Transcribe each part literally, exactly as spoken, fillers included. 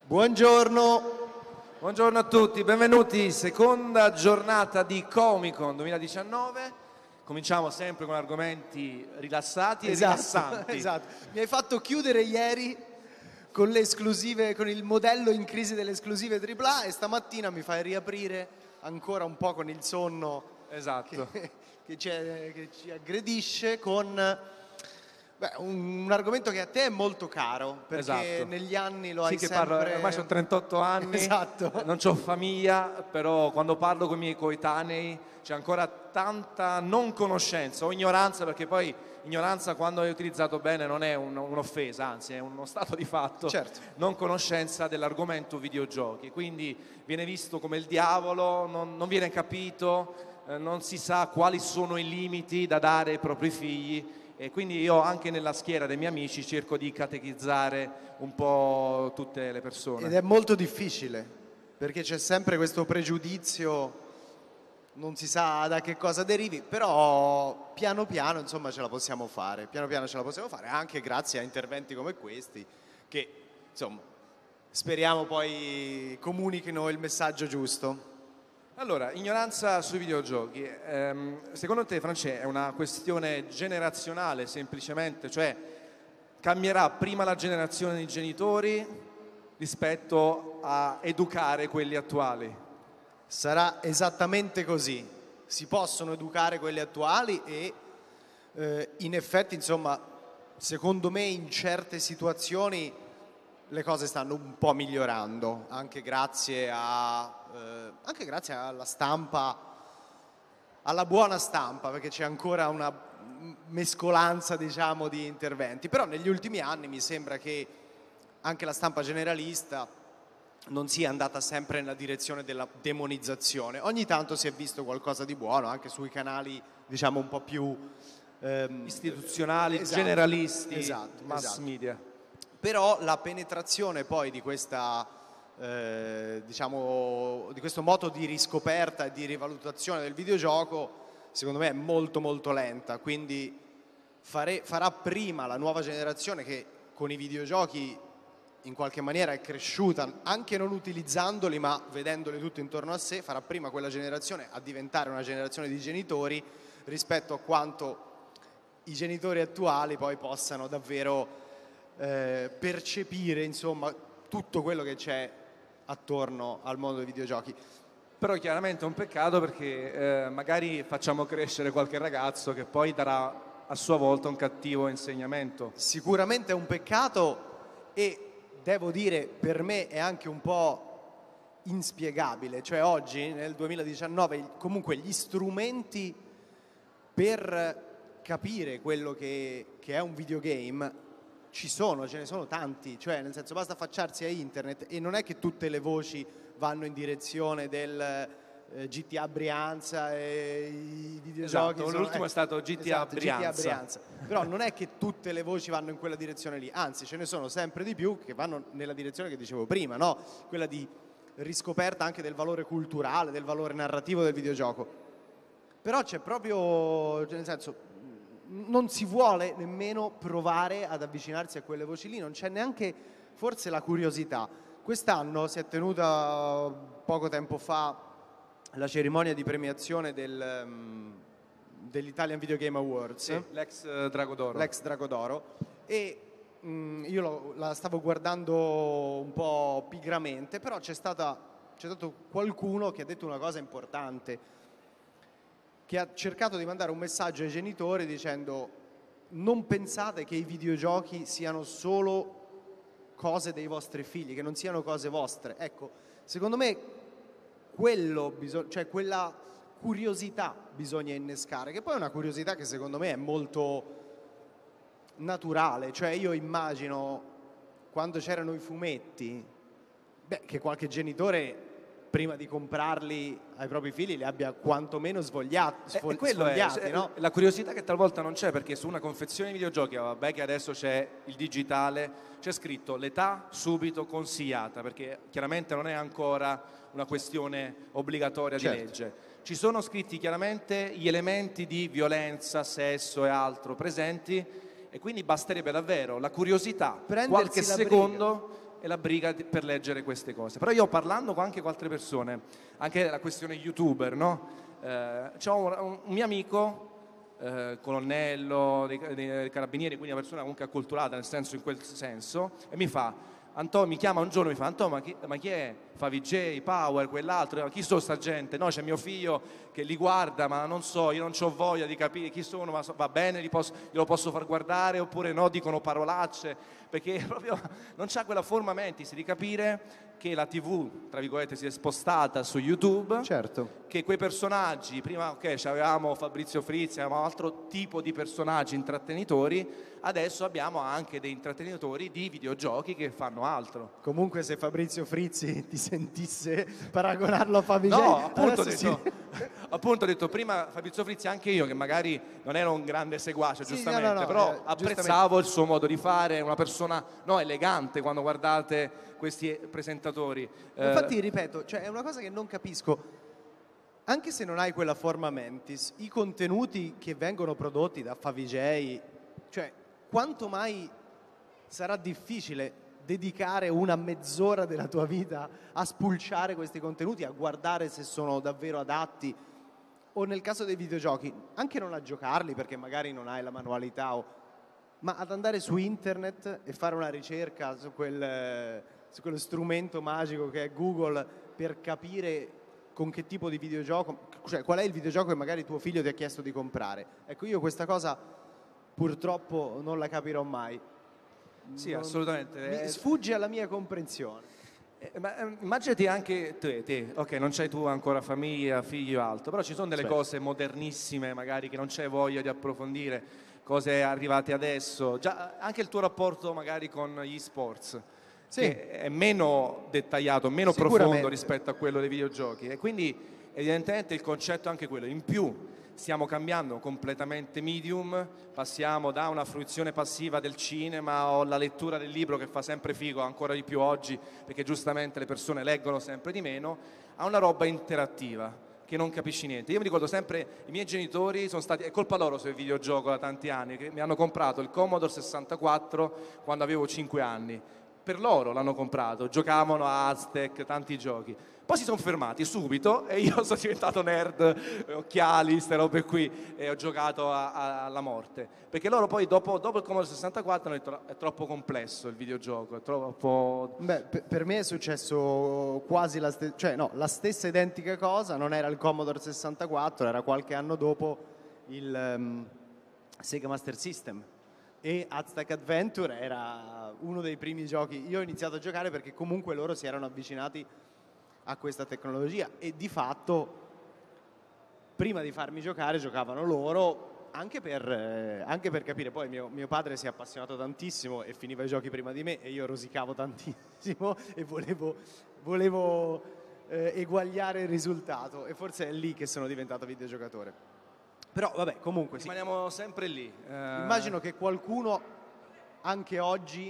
Buongiorno. Buongiorno a tutti, benvenuti, seconda giornata di Comic-Con duemiladiciannove. Cominciamo sempre con argomenti rilassati esatto, e rilassanti. Esatto, mi hai fatto chiudere ieri con le esclusive, con il modello in crisi delle esclusive tripla A e stamattina mi fai riaprire ancora un po' con il sonno esatto. che, che, ci, che ci aggredisce con beh, un, un argomento che a te è molto caro perché esatto. negli anni lo sì, hai che sempre... parlo, ormai sono trentotto anni, esatto. Non ho famiglia, però quando parlo con i miei coetanei c'è ancora tanta non conoscenza o ignoranza, perché poi ignoranza, quando è utilizzato bene, non è un, un'offesa, anzi è uno stato di fatto. Certo. Non conoscenza dell'argomento videogiochi, quindi viene visto come il diavolo, non, non viene capito, eh, non si sa quali sono i limiti da dare ai propri figli, e quindi io anche nella schiera dei miei amici cerco di catechizzare un po' tutte le persone. Ed è molto difficile perché c'è sempre questo pregiudizio, non si sa da che cosa derivi, però piano piano insomma ce la possiamo fare, piano piano ce la possiamo fare anche grazie a interventi come questi che insomma speriamo poi comunichino il messaggio giusto. Allora, ignoranza sui videogiochi, ehm, secondo te, Francesco, è una questione generazionale semplicemente, cioè cambierà prima la generazione dei genitori rispetto a educare quelli attuali? Sarà esattamente così, si possono educare quelli attuali e eh, in effetti insomma secondo me in certe situazioni le cose stanno un po' migliorando anche grazie a eh, anche grazie alla stampa, alla buona stampa, perché c'è ancora una mescolanza diciamo di interventi, però negli ultimi anni mi sembra che anche la stampa generalista non sia andata sempre nella direzione della demonizzazione. Ogni tanto si è visto qualcosa di buono anche sui canali diciamo un po' più ehm, istituzionali, esatto, generalisti, esatto, mass esatto. media. Però la penetrazione poi di questa eh, diciamo di questo modo di riscoperta e di rivalutazione del videogioco secondo me è molto molto lenta, quindi fare, farà prima la nuova generazione che con i videogiochi in qualche maniera è cresciuta anche non utilizzandoli ma vedendoli tutti intorno a sé, farà prima quella generazione a diventare una generazione di genitori rispetto a quanto i genitori attuali poi possano davvero eh, percepire insomma tutto quello che c'è attorno al mondo dei videogiochi. Però chiaramente è un peccato perché eh, magari facciamo crescere qualche ragazzo che poi darà a sua volta un cattivo insegnamento. Sicuramente è un peccato e devo dire, per me è anche un po' inspiegabile, cioè oggi nel duemiladiciannove comunque gli strumenti per capire quello che, che è un videogame ci sono, ce ne sono tanti, cioè nel senso basta affacciarsi a internet e non è che tutte le voci vanno in direzione del eh, G T A Brianza e i videogiochi. Esatto, l'ultimo eh, è stato G T A, esatto, Brianza. G T A Brianza. Però non è che tutte le voci vanno in quella direzione lì, anzi ce ne sono sempre di più che vanno nella direzione che dicevo prima, no? Quella di riscoperta anche del valore culturale, del valore narrativo del videogioco. Però c'è proprio, nel senso, non si vuole nemmeno provare ad avvicinarsi a quelle voci lì, non c'è neanche forse la curiosità. Quest'anno si è tenuta poco tempo fa la cerimonia di premiazione del, um, dell'Italian Video Game Awards, sì, l'ex uh, Drago d'Oro. L'ex Drago d'Oro, e um, io lo, la stavo guardando un po' pigramente, però c'è stata, c'è stato qualcuno che ha detto una cosa importante, che ha cercato di mandare un messaggio ai genitori dicendo: non pensate che i videogiochi siano solo cose dei vostri figli, che non siano cose vostre. Ecco, secondo me quello bisog- cioè quella curiosità bisogna innescare, che poi è una curiosità che secondo me è molto naturale, cioè io immagino quando c'erano i fumetti, beh, che qualche genitore prima di comprarli ai propri figli li abbia quantomeno svogliati, E sfo- quello sfogliati, è, no? la curiosità che talvolta non c'è, perché su una confezione di videogiochi, vabbè che adesso c'è il digitale, c'è scritto l'età subito consigliata, perché chiaramente non è ancora una questione obbligatoria Certo. di legge. Ci sono scritti chiaramente gli elementi di violenza, sesso e altro presenti, e quindi basterebbe davvero la curiosità, Prendersi qualche la secondo, e la briga di- per leggere queste cose. Però io parlando con- anche con altre persone, anche la questione youtuber, no? Eh, c'ho un, un- un mio amico, eh, colonnello dei, dei carabinieri, quindi una persona comunque acculturata nel senso, in quel senso, e mi fa, Antonio, mi chiama un giorno e mi fa, Antonio, ma chi, ma chi è? Fa V J, Power, quell'altro, chi sono sta gente? No, c'è mio figlio che li guarda, ma non so, io non ho voglia di capire chi sono, ma so- va bene, li posso, glielo posso far guardare, oppure no, dicono parolacce, perché proprio non c'ha quella forma mentis di capire che la tivù, tra virgolette, si è spostata su YouTube, Certo. che quei personaggi, prima ok, avevamo Fabrizio Frizzi, avevamo altro tipo di personaggi intrattenitori, adesso abbiamo anche dei intrattenitori di videogiochi che fanno altro. Comunque se Fabrizio Frizzi ti sentisse paragonarlo a Favij, No, appunto ho, adesso detto, appunto ho detto prima Fabrizio Frizzi, anche io che magari non ero un grande seguace, Sì, giustamente, no, no, no, però eh, apprezzavo il suo modo di fare, una persona no, elegante quando guardate questi presentatori. Eh, Infatti, ripeto, cioè è una cosa che non capisco. Anche se non hai quella forma mentis, i contenuti che vengono prodotti da Favij, cioè quanto mai sarà difficile dedicare una mezz'ora della tua vita a spulciare questi contenuti, a guardare se sono davvero adatti, o nel caso dei videogiochi, anche non a giocarli perché magari non hai la manualità, o- ma ad andare su internet e fare una ricerca su quel, su quello strumento magico che è Google per capire con che tipo di videogioco, cioè qual è il videogioco che magari tuo figlio ti ha chiesto di comprare. Ecco, io questa cosa purtroppo non la capirò mai. sì, Non- assolutamente. Mi Eh, sfugge alla mia comprensione. Eh, ma, eh, immaginati anche te, te, ok, non c'hai tu ancora famiglia, figli o altro, però ci sono delle Sì. cose modernissime magari che non c'hai voglia di approfondire, cose arrivate adesso, già anche il tuo rapporto magari con gli sports, Sì. che è meno dettagliato, meno Sicuramente. profondo rispetto a quello dei videogiochi, e quindi evidentemente il concetto è anche quello. In più stiamo cambiando completamente medium, passiamo da una fruizione passiva del cinema o la lettura del libro, che fa sempre figo ancora di più oggi perché giustamente le persone leggono sempre di meno, a una roba interattiva che non capisci niente. Io mi ricordo sempre, i miei genitori sono stati, è colpa loro se il videogioco da tanti anni, che mi hanno comprato il Commodore sessantaquattro quando avevo cinque anni. Per loro l'hanno comprato, giocavano a Aztec, tanti giochi. Poi si sono fermati subito e io sono diventato nerd, occhiali, queste robe qui, e ho giocato a- a- alla morte. Perché loro poi dopo, dopo il Commodore sessantaquattro hanno detto è troppo complesso il videogioco, è troppo... Beh, per, per me è successo quasi la, ste- cioè, no, la stessa identica cosa, non era il Commodore sessantaquattro, era qualche anno dopo il ehm, Sega Master System, e Aztec Adventure era uno dei primi giochi. Io ho iniziato a giocare perché comunque loro si erano avvicinati a questa tecnologia e di fatto prima di farmi giocare giocavano loro, anche per, eh, anche per capire. Poi mio, mio padre si è appassionato tantissimo e finiva i giochi prima di me e io rosicavo tantissimo e volevo, volevo eh, eguagliare il risultato, e forse è lì che sono diventato videogiocatore. Però vabbè, comunque sì. Rimaniamo sempre lì. eh, Immagino che qualcuno anche oggi,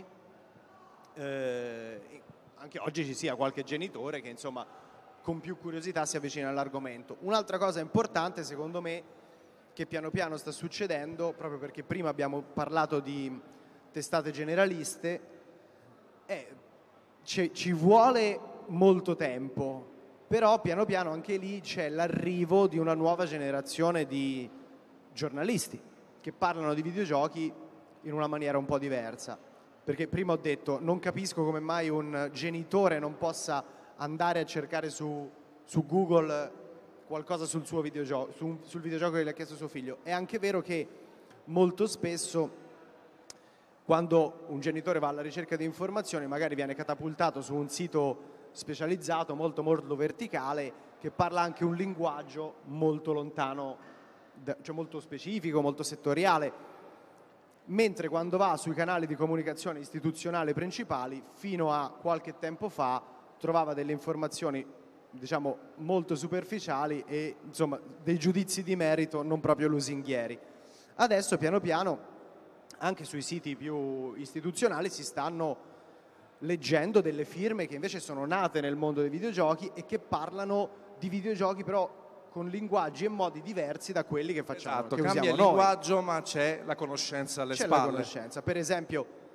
eh, anche oggi ci sia qualche genitore che insomma con più curiosità si avvicina all'argomento. Un'altra cosa importante secondo me che piano piano sta succedendo, proprio perché prima abbiamo parlato di testate generaliste, è, ci, ci vuole molto tempo, però piano piano anche lì c'è l'arrivo di una nuova generazione di giornalisti che parlano di videogiochi in una maniera un po' diversa. Perché prima ho detto, non capisco come mai un genitore non possa andare a cercare su, su Google qualcosa sul suo videogioco, su, sul videogioco che le ha chiesto suo figlio. È anche vero che molto spesso quando un genitore va alla ricerca di informazioni magari viene catapultato su un sito specializzato molto molto verticale che parla anche un linguaggio molto lontano, cioè molto specifico, molto settoriale, mentre quando va sui canali di comunicazione istituzionale principali fino a qualche tempo fa trovava delle informazioni diciamo molto superficiali e insomma dei giudizi di merito non proprio lusinghieri. Adesso piano piano anche sui siti più istituzionali si stanno leggendo delle firme che invece sono nate nel mondo dei videogiochi e che parlano di videogiochi però con linguaggi e modi diversi da quelli che facciamo, esatto, che cambia usiamo il noi. linguaggio ma c'è la conoscenza alle C'è spalle. la conoscenza. Per esempio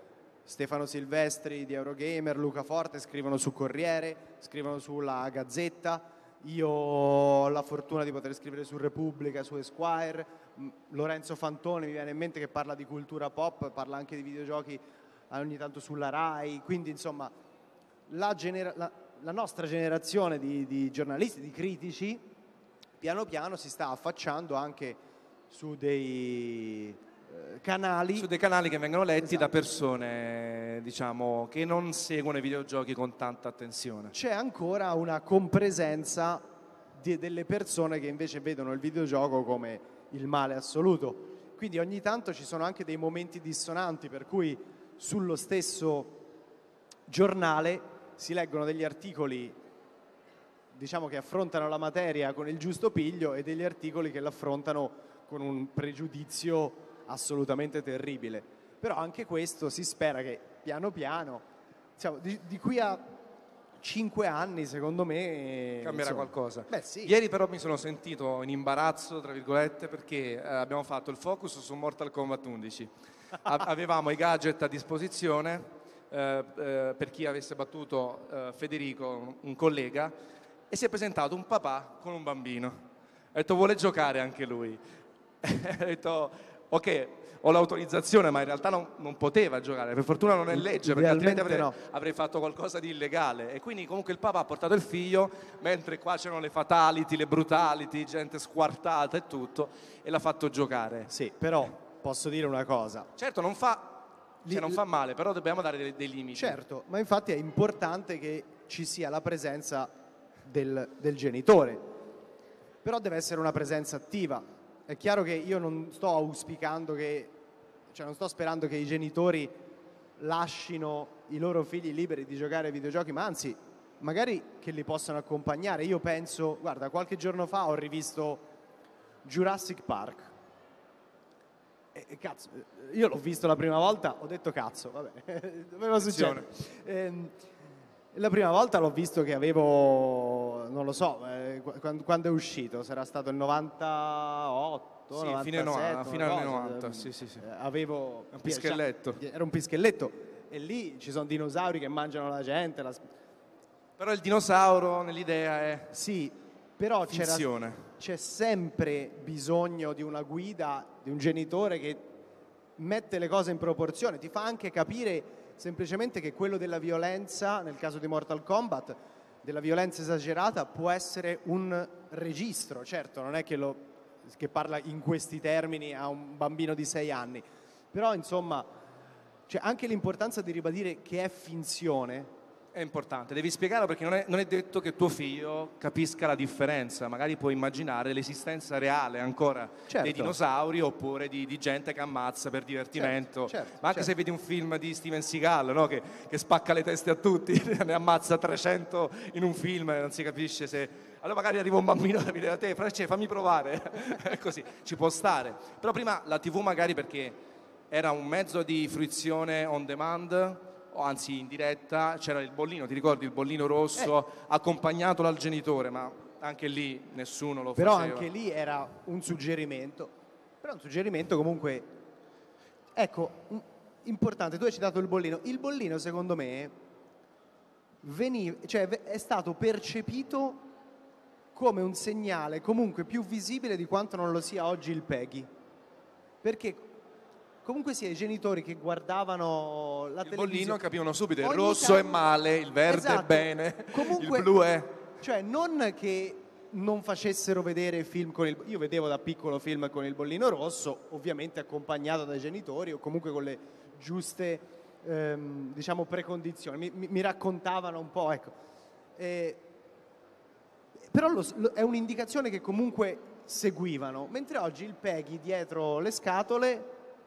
Stefano Silvestri di Eurogamer, Luca Forte scrivono su Corriere, scrivono sulla Gazzetta, io ho la fortuna di poter scrivere su Repubblica, su Esquire, Lorenzo Fantoni mi viene in mente che parla di cultura pop, parla anche di videogiochi ogni tanto sulla Rai, quindi insomma la, genera- la, la nostra generazione di, di giornalisti, di critici, piano piano si sta affacciando anche su dei eh, canali. Su dei canali che vengono letti Esatto. da persone, diciamo, che non seguono i videogiochi con tanta attenzione. C'è ancora una compresenza di, delle persone che invece vedono il videogioco come il male assoluto. Quindi ogni tanto ci sono anche dei momenti dissonanti per cui sullo stesso giornale si leggono degli articoli, diciamo, che affrontano la materia con il giusto piglio e degli articoli che l'affrontano con un pregiudizio assolutamente terribile. Però anche questo si spera che piano piano, diciamo, di, di qui a cinque anni secondo me Cambierà insomma, qualcosa. Beh, sì. Ieri però mi sono sentito in imbarazzo, tra virgolette, perché eh, abbiamo fatto il focus su Mortal Kombat undici. A- avevamo i gadget a disposizione eh, eh, per chi avesse battuto eh, Federico, un collega, e si è presentato un papà con un bambino. Ha detto vuole giocare anche lui. Ha detto ok, ho l'autorizzazione, ma in realtà non, non poteva giocare, per fortuna non è legge, perché altrimenti avrei, no. avrei fatto qualcosa di illegale. E quindi comunque il papà ha portato il figlio, mentre qua c'erano le fatality, le brutality, gente squartata e tutto, e l'ha fatto giocare. Sì, però posso dire una cosa. Certo, non fa, cioè, non fa male, però dobbiamo dare dei, dei limiti. Certo, ma infatti è importante che ci sia la presenza del, del genitore, però deve essere una presenza attiva. È chiaro che io non sto auspicando che, cioè non sto sperando che i genitori lascino i loro figli liberi di giocare ai videogiochi, ma anzi, magari che li possano accompagnare. Io penso, guarda, qualche giorno fa ho rivisto Jurassic Park. E, e cazzo, io l'ho visto la prima volta, ho detto cazzo, vabbè, doveva succedere. Ehm, la prima volta l'ho visto che avevo, non lo so, eh, quando, quando è uscito, sarà stato il novantotto, Sì, novantasette, fine novanta, fine anni cosa, novanta, eh, sì, sì, sì. eh, avevo Un pischelletto. Era un pischelletto e lì ci sono dinosauri che mangiano la gente. La... Però il dinosauro nell'idea è Sì, però c'era, finzione. c'è sempre bisogno di una guida, di un genitore che mette le cose in proporzione, ti fa anche capire semplicemente che quello della violenza, nel caso di Mortal Kombat, della violenza esagerata, può essere un registro. Certo, non è che, lo, che parla in questi termini a un bambino di sei anni, però insomma c'è anche l'importanza di ribadire che è finzione. È importante, devi spiegarlo perché non è, non è detto che tuo figlio capisca la differenza, magari può immaginare l'esistenza reale ancora Certo. dei dinosauri oppure di, di gente che ammazza per divertimento, Certo, certo, ma anche certo. se vedi un film di Steven Seagal, no? che, che spacca le teste a tutti, ne ammazza trecento in un film e non si capisce se... Allora magari arriva un bambino da dire a te, Francesco, fammi provare, così, ci può stare. Però prima la tivù magari perché era un mezzo di fruizione on demand, o anzi in diretta, c'era il bollino, ti ricordi il bollino rosso Eh. accompagnato dal genitore, ma anche lì nessuno lo Però faceva. anche lì era un suggerimento, però un suggerimento comunque, ecco, un- importante. Tu hai citato il bollino. Il bollino secondo me veniva, cioè, ve- è stato percepito come un segnale comunque più visibile di quanto non lo sia oggi il PEGI, perché comunque sia i genitori che guardavano la Il televisione bollino capivano subito, il ogni rosso è tanto- male, il verde è Esatto. bene, Comunque- il blu è... Cioè, non che non facessero vedere film con il... Io vedevo da piccolo film con il bollino rosso, ovviamente accompagnato dai genitori o comunque con le giuste, ehm, diciamo, precondizioni. Mi, mi- mi raccontavano un po', ecco. Eh, però lo- lo- è un'indicazione che comunque seguivano, mentre oggi il PEGI dietro le scatole,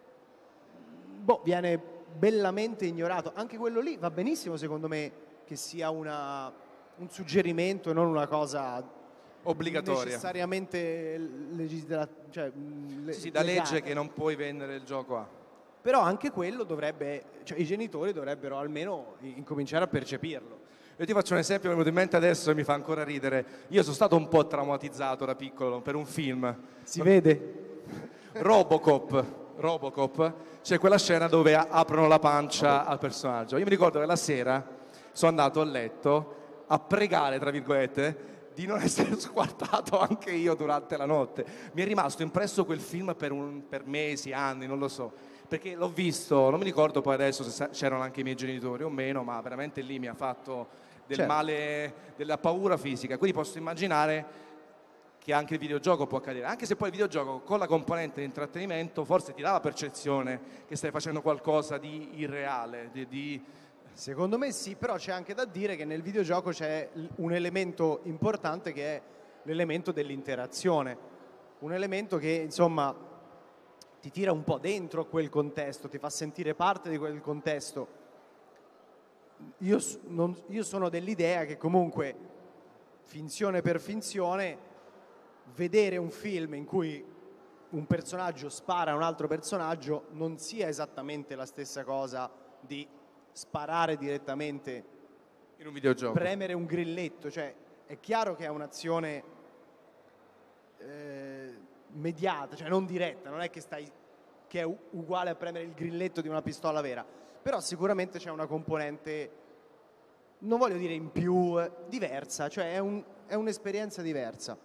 boh, viene bellamente ignorato. Anche quello lì va benissimo, secondo me, che sia una, un suggerimento e non una cosa Obbligatoria. necessariamente legisla- cioè, mh, le- Sì, sì, da legale. legge che non puoi vendere il gioco A. Però anche quello dovrebbe, cioè i genitori dovrebbero almeno incominciare a percepirlo. Io ti faccio un esempio, mi è venuto in mente adesso e mi fa ancora ridere. Io sono stato un po' traumatizzato da piccolo per un film. Si vede? Robocop. Robocop, c'è quella scena dove a- aprono la pancia al personaggio. Io mi ricordo che la sera sono andato a letto a pregare, tra virgolette, di non essere squartato anche io durante la notte. Mi è rimasto impresso quel film per, un, per mesi, anni, non lo so, perché l'ho visto, non mi ricordo poi adesso se sa- c'erano anche i miei genitori o meno, ma veramente lì mi ha fatto del Certo. male, della paura fisica. Quindi posso immaginare che anche il videogioco può accadere, anche se poi il videogioco con la componente di intrattenimento forse ti dà la percezione che stai facendo qualcosa di irreale, di, di Secondo me sì, però c'è anche da dire che nel videogioco c'è l- un elemento importante che è l'elemento dell'interazione, un elemento che insomma ti tira un po' dentro quel contesto, ti fa sentire parte di quel contesto. Io, s- non- io sono dell'idea che comunque, finzione per finzione, vedere un film in cui un personaggio spara a un altro personaggio non sia esattamente la stessa cosa di sparare direttamente, in un videogioco. premere un grilletto, cioè è chiaro che è un'azione eh, mediata, cioè non diretta, non è che stai che è u- uguale a premere il grilletto di una pistola vera, però sicuramente c'è una componente, non voglio dire in più, eh, diversa, cioè è, un- è un'esperienza diversa.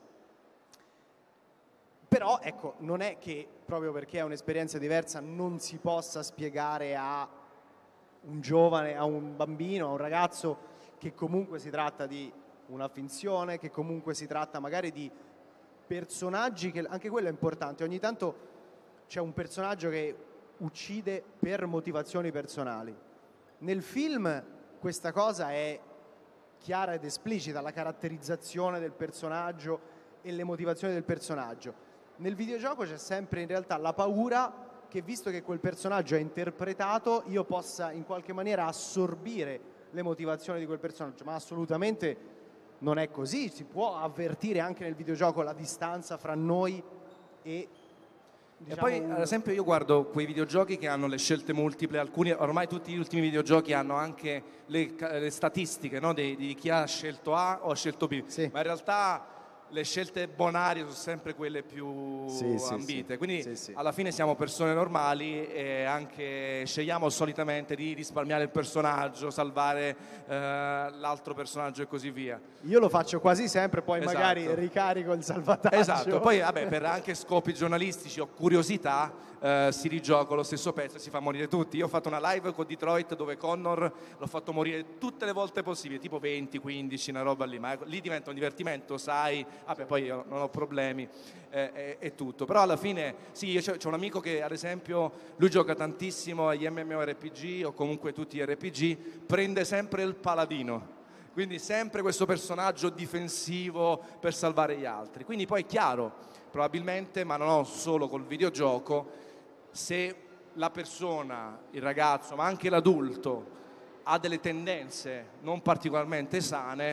Però ecco, non è che proprio perché è un'esperienza diversa non si possa spiegare a un giovane, a un bambino, a un ragazzo che comunque si tratta di una finzione, che comunque si tratta magari di personaggi che anche quello è importante. Ogni tanto c'è un personaggio che uccide per motivazioni personali. Nel film questa cosa è chiara ed esplicita, la caratterizzazione del personaggio e le motivazioni del personaggio. Nel videogioco c'è sempre in realtà la paura che, visto che quel personaggio è interpretato, io possa in qualche maniera assorbire le motivazioni di quel personaggio, ma assolutamente non è così. Si può avvertire anche nel videogioco la distanza fra noi e, diciamo, E poi, un- ad esempio, io guardo quei videogiochi che hanno le scelte multiple, alcuni, ormai tutti gli ultimi videogiochi hanno anche le, ca- le statistiche, no? di, di chi ha scelto A o ha scelto B, Sì. ma in realtà le scelte bonarie sono sempre quelle più Sì, sì, ambite, sì. quindi Sì, sì. alla fine siamo persone normali e anche scegliamo solitamente di risparmiare il personaggio, salvare eh, l'altro personaggio e così via. Io lo faccio quasi sempre, poi Esatto. magari ricarico il salvataggio. Esatto, poi vabbè, per anche scopi giornalistici o curiosità eh, si rigioca lo stesso pezzo e si fa morire tutti. Io ho fatto una live con Detroit dove Connor l'ho fatto morire tutte le volte possibili, tipo venti, quindici, una roba lì, ma lì diventa un divertimento, sai, vabbè, poi io non ho problemi eh, e, e tutto. Però alla fine, sì, io c'ho, c'ho un amico che ad esempio, lui gioca tantissimo agli MMORPG o comunque tutti gli R P G, prende sempre il paladino. Quindi sempre questo personaggio difensivo per salvare gli altri. Quindi poi è chiaro, probabilmente, ma non solo col videogioco, se la persona, il ragazzo, ma anche l'adulto ha delle tendenze non particolarmente sane,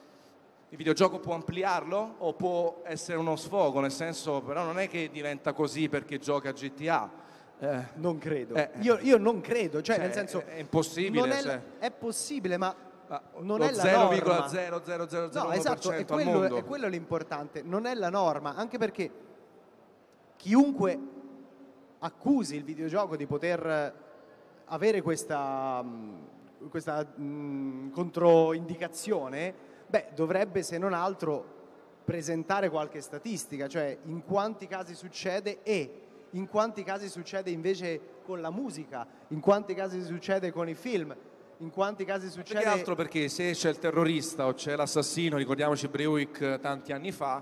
il videogioco può ampliarlo o può essere uno sfogo, nel senso, però non è che diventa così perché gioca a G T A. Eh, Non credo. Eh, io, io non credo, cioè, cioè, nel senso, è impossibile, non è, cioè. è possibile, ma ma non lo è la zero norma. virgola zero zero zero zero No, uno per esatto, è cento al quello, mondo. è quello l'importante, non è la norma, anche perché chiunque accusi il videogioco di poter avere questa, mh, questa mh, controindicazione, beh, dovrebbe, se non altro, presentare qualche statistica, cioè in quanti casi succede e in quanti casi succede invece con la musica, in quanti casi succede con i film, in quanti casi Più succede... che altro perché se c'è il terrorista o c'è l'assassino, ricordiamoci Breivik tanti anni fa,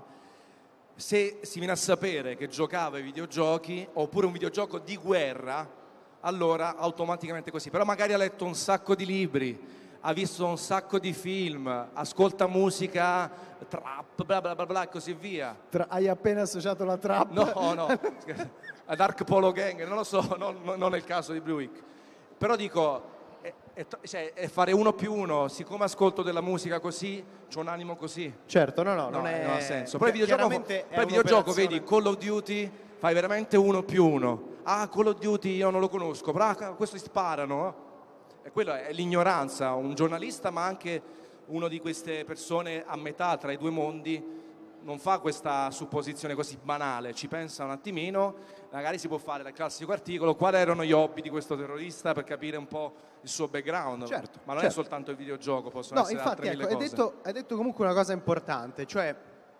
se si viene a sapere che giocava ai videogiochi oppure un videogioco di guerra, allora automaticamente così. Però magari ha letto un sacco di libri, ha visto un sacco di film, ascolta musica trap, bla bla bla bla e così via. Tra- hai appena associato la trap? No, no, a Dark Polo Gang, non lo so, non, non è il caso di Breivik. Però dico, è, è, cioè, è fare uno più uno, siccome ascolto della musica così, c'ho un animo così. Certo, no, no, No, non, è... non ha senso. Poi il videogioco, chiaramente è poi il videogioco un'operazione- vedi, Call of Duty, fai veramente uno più uno. Ah, Call of Duty io non lo conosco, però ah, questi sparano. E quella è l'ignoranza, un giornalista ma anche uno di queste persone a metà tra i due mondi non fa questa supposizione così banale, ci pensa un attimino, magari si può fare dal classico articolo quali erano gli hobby di questo terrorista per capire un po' il suo background, certo, ma non certo. è soltanto il videogioco, possono No, essere infatti, altre ecco, mille hai cose. detto, hai detto comunque una cosa importante, cioè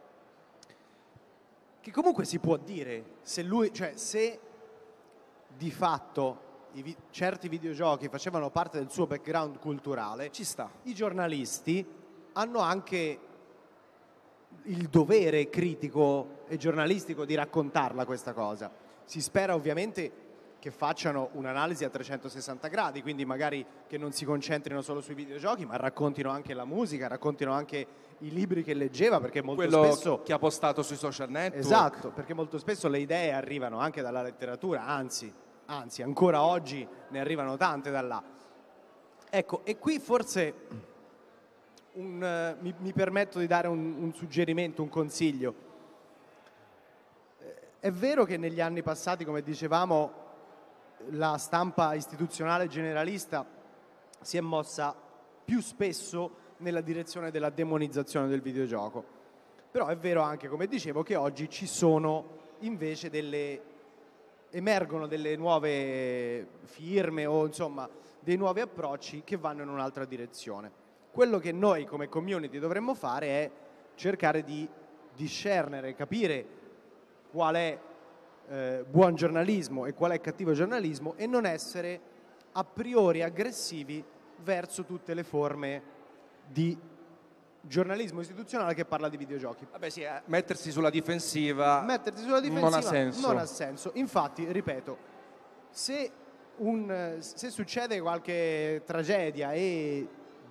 che comunque si può dire se lui, cioè se di fatto i vi- certi videogiochi facevano parte del suo background culturale, Ci sta. i giornalisti hanno anche il dovere critico e giornalistico di raccontarla questa cosa. Si spera ovviamente che facciano un'analisi a trecentosessanta gradi, quindi magari che non si concentrino solo sui videogiochi, ma raccontino anche la musica, raccontino anche i libri che leggeva, perché molto Quello spesso... che ha postato sui social network. Esatto, perché molto spesso le idee arrivano anche dalla letteratura, anzi, anzi ancora oggi ne arrivano tante da là. Ecco, e qui forse un, eh, mi, mi permetto di dare un, un suggerimento, un consiglio. Eh, È vero che negli anni passati, come dicevamo, la stampa istituzionale generalista si è mossa più spesso nella direzione della demonizzazione del videogioco. Però è vero anche, come dicevo, che oggi ci sono invece delle emergono delle nuove firme o insomma dei nuovi approcci che vanno in un'altra direzione. Quello che noi come community dovremmo fare è cercare di discernere, capire qual è eh, buon giornalismo e qual è cattivo giornalismo e non essere a priori aggressivi verso tutte le forme di giornalismo istituzionale che parla di videogiochi. Vabbè sì, eh, mettersi sulla difensiva, Mettersi sulla difensiva non ha senso. non ha senso. Infatti, ripeto, se, un, se succede qualche tragedia e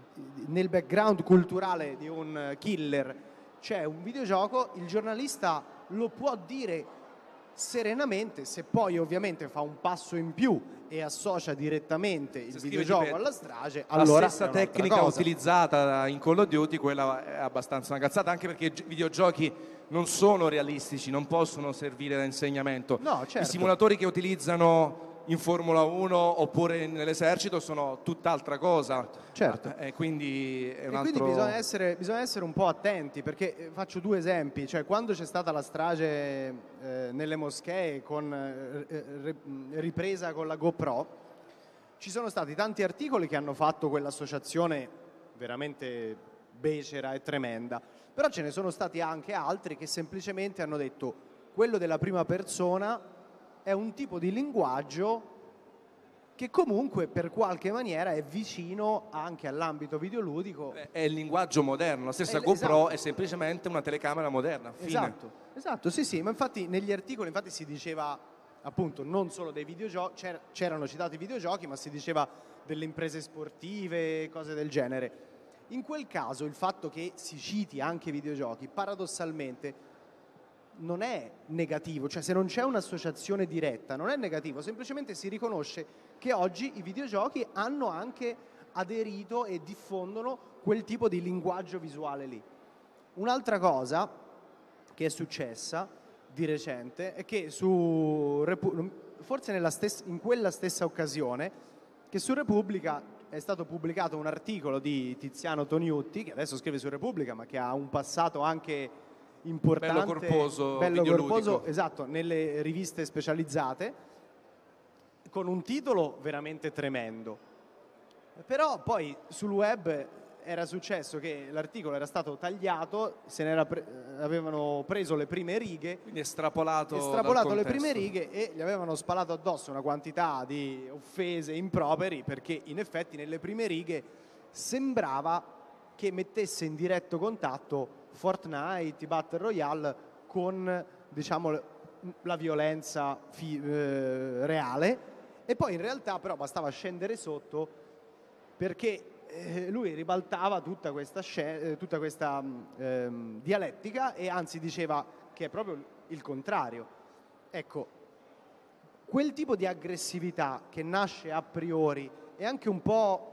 nel background culturale di un killer c'è un videogioco, il giornalista lo può dire serenamente, se poi ovviamente fa un passo in più e associa direttamente il Se scrive videogioco tipo- alla strage, La allora stessa è un'altra tecnica cosa. utilizzata in Call of Duty, quella è abbastanza una cazzata, anche perché i gi- videogiochi non sono realistici, non possono servire da insegnamento. No, certo. I simulatori che utilizzano in Formula uno oppure nell'esercito sono tutt'altra cosa. Certo. Eh, quindi è un E altro... quindi bisogna essere, bisogna essere un po' attenti, perché eh, faccio due esempi, cioè quando c'è stata la strage eh, nelle moschee con, eh, eh, re- ripresa con la GoPro, ci sono stati tanti articoli che hanno fatto quell'associazione veramente becera e tremenda, però ce ne sono stati anche altri che semplicemente hanno detto quello della prima persona è un tipo di linguaggio che comunque per qualche maniera è vicino anche all'ambito videoludico. È il linguaggio moderno, la stessa Eh, GoPro esatto. è semplicemente una telecamera moderna. Fine. Esatto, esatto, sì sì, ma infatti negli articoli infatti si diceva appunto non solo dei videogiochi, c'era- c'erano citati i videogiochi, ma si diceva delle imprese sportive, cose del genere. In quel caso il fatto che si citi anche i videogiochi, paradossalmente, non è negativo, cioè se non c'è un'associazione diretta non è negativo, semplicemente si riconosce che oggi i videogiochi hanno anche aderito e diffondono quel tipo di linguaggio visuale lì. Un'altra cosa che è successa di recente è che su Repu- forse nella stessa- in quella stessa occasione che su Repubblica è stato pubblicato un articolo di Tiziano Toniutti che adesso scrive su Repubblica ma che ha un passato anche importante, Bello corposo, bello videoludico. corposo, esatto, nelle riviste specializzate, con un titolo veramente tremendo. Però poi sul web era successo che l'articolo era stato tagliato, se ne era pre- avevano preso le prime righe, Quindi estrapolato, estrapolato dal le prime contesto. righe e gli avevano spalato addosso una quantità di offese improperi, perché in effetti nelle prime righe sembrava che mettesse in diretto contatto Fortnite, i Battle Royale con, diciamo, la violenza fi- eh, reale, e poi in realtà però bastava scendere sotto perché eh, lui ribaltava tutta questa, sce- eh, tutta questa mh, ehm, dialettica e anzi diceva che è proprio il contrario. Ecco, quel tipo di aggressività che nasce a priori è anche un po'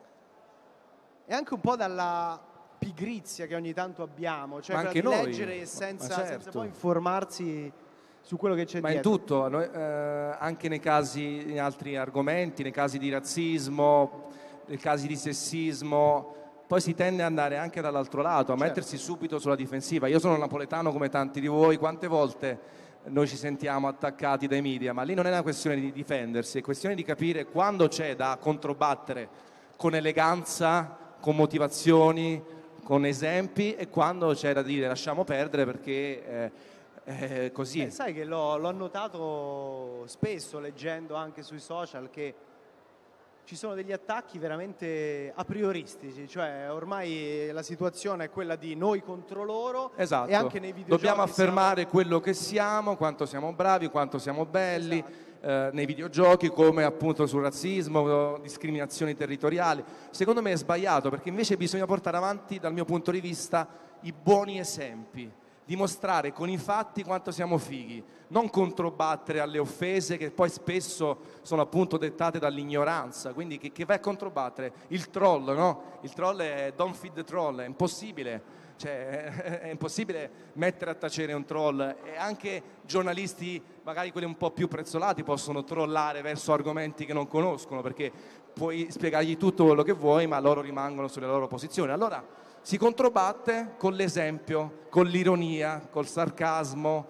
è anche un po' dalla pigrizia che ogni tanto abbiamo, cioè Ma quella anche di noi, leggere ma- senza, ma certo. senza poi informarsi su quello che c'è Ma in dietro. tutto, noi, eh, anche nei casi, in altri argomenti, nei casi di razzismo, nei casi di sessismo, poi si tende ad andare anche dall'altro lato, a Certo. mettersi subito sulla difensiva. Io sono napoletano come tanti di voi, quante volte noi ci sentiamo attaccati dai media, ma lì non è una questione di difendersi, è questione di capire quando c'è da controbattere con eleganza, con motivazioni, con esempi, e quando c'è da dire lasciamo perdere perché eh, eh, così. Eh, sai che l'ho, l'ho notato spesso leggendo anche sui social che ci sono degli attacchi veramente a prioristici, cioè ormai la situazione è quella di noi contro loro. Esatto. E anche nei videogiochi dobbiamo affermare siamo... quello che siamo, quanto siamo bravi, quanto siamo belli. Esatto. Eh, nei videogiochi, come appunto sul razzismo, discriminazioni territoriali. Secondo me è sbagliato, perché invece bisogna portare avanti, dal mio punto di vista, i buoni esempi, dimostrare con i fatti quanto siamo fighi, non controbattere alle offese che poi spesso sono appunto dettate dall'ignoranza. Quindi che, che vai a controbattere? Il troll, no? Il troll è don't feed the troll, è impossibile. Cioè, è impossibile mettere a tacere un troll, e anche giornalisti, magari quelli un po' più prezzolati, possono trollare verso argomenti che non conoscono, perché puoi spiegargli tutto quello che vuoi, ma loro rimangono sulle loro posizioni. Allora si controbatte con l'esempio, con l'ironia, col sarcasmo,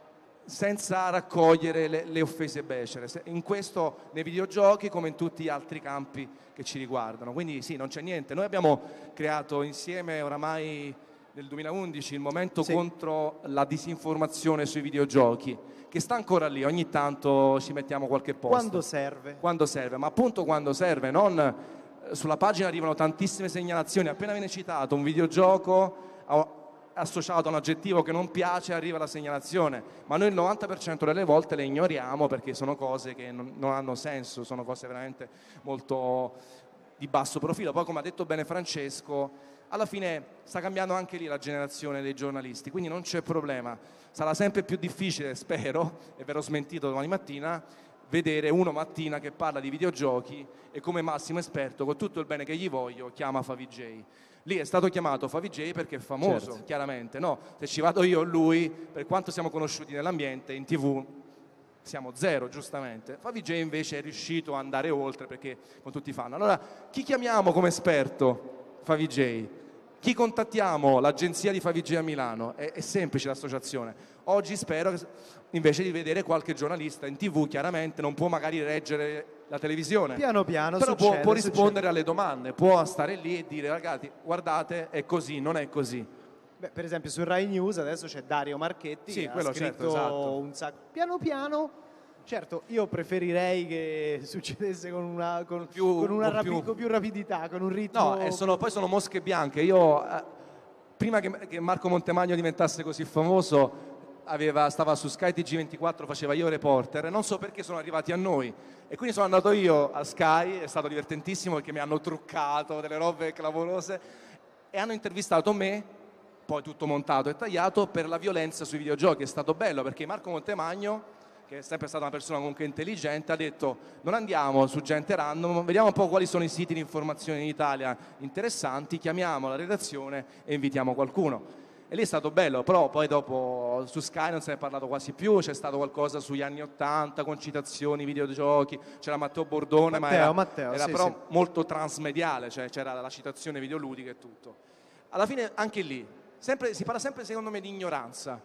senza raccogliere le, le offese becere. In questo, nei videogiochi come in tutti gli altri campi che ci riguardano. Quindi sì, non c'è niente. Noi abbiamo creato insieme oramai nel duemilaundici il Momento Sì. contro la disinformazione sui videogiochi, che sta ancora lì, ogni tanto ci mettiamo qualche post. Quando serve. Quando serve, ma appunto quando serve, non eh, sulla pagina arrivano tantissime segnalazioni, appena viene citato un videogioco a- associato a un aggettivo che non piace, arriva la segnalazione, ma noi il novanta per cento delle volte le ignoriamo perché sono cose che non, non hanno senso, sono cose veramente molto di basso profilo. Poi, come ha detto bene Francesco, alla fine sta cambiando anche lì la generazione dei giornalisti, quindi non c'è problema. Sarà sempre più difficile, spero, e verrò smentito domani mattina, vedere uno mattina che parla di videogiochi e come massimo esperto, con tutto il bene che gli voglio, chiama Favij. Lì è stato chiamato Favij perché è famoso, Certo. chiaramente. No, se ci vado io o lui, per quanto siamo conosciuti nell'ambiente, in tv siamo zero, giustamente. Favij invece è riuscito ad andare oltre, perché con tutti fanno. Allora, chi chiamiamo come esperto? Favij. Chi contattiamo? L'agenzia di Favij a Milano. È, è semplice l'associazione. Oggi spero che, invece di vedere qualche giornalista in tv, chiaramente non può magari reggere la televisione, Piano piano però succede, può, può rispondere succede. alle domande, può stare lì e dire ragazzi, guardate, è così, non è così. Beh, per esempio su Rai News adesso c'è Dario Marchetti Sì, che ha quello scritto certo, esatto. un sacco. Piano piano, certo, io preferirei che succedesse con una, con, Più- con una con rapi- più- con più rapidità, con un ritmo. No, e sono- poi sono mosche bianche. Io, eh, prima che, che Marco Montemagno diventasse così famoso, aveva- stava su Sky T G ventiquattro, faceva io reporter, e non so perché sono arrivati a noi. E quindi sono andato io a Sky, è stato divertentissimo perché mi hanno truccato delle robe clamorose e hanno intervistato me, poi tutto montato e tagliato, per la violenza sui videogiochi. È stato bello perché Marco Montemagno, che è sempre stata una persona comunque intelligente, ha detto non andiamo su gente random, vediamo un po' quali sono i siti di informazione in Italia interessanti, chiamiamo la redazione e invitiamo qualcuno. E lì è stato bello, però poi dopo su Sky non se ne è parlato quasi più, c'è stato qualcosa sugli anni Ottanta con citazioni, videogiochi, c'era Matteo Bordone, ma Matteo, era, Matteo, era sì, però sì. molto transmediale, cioè c'era la citazione videoludica e tutto. Alla fine anche lì sempre- si parla sempre, secondo me, di ignoranza,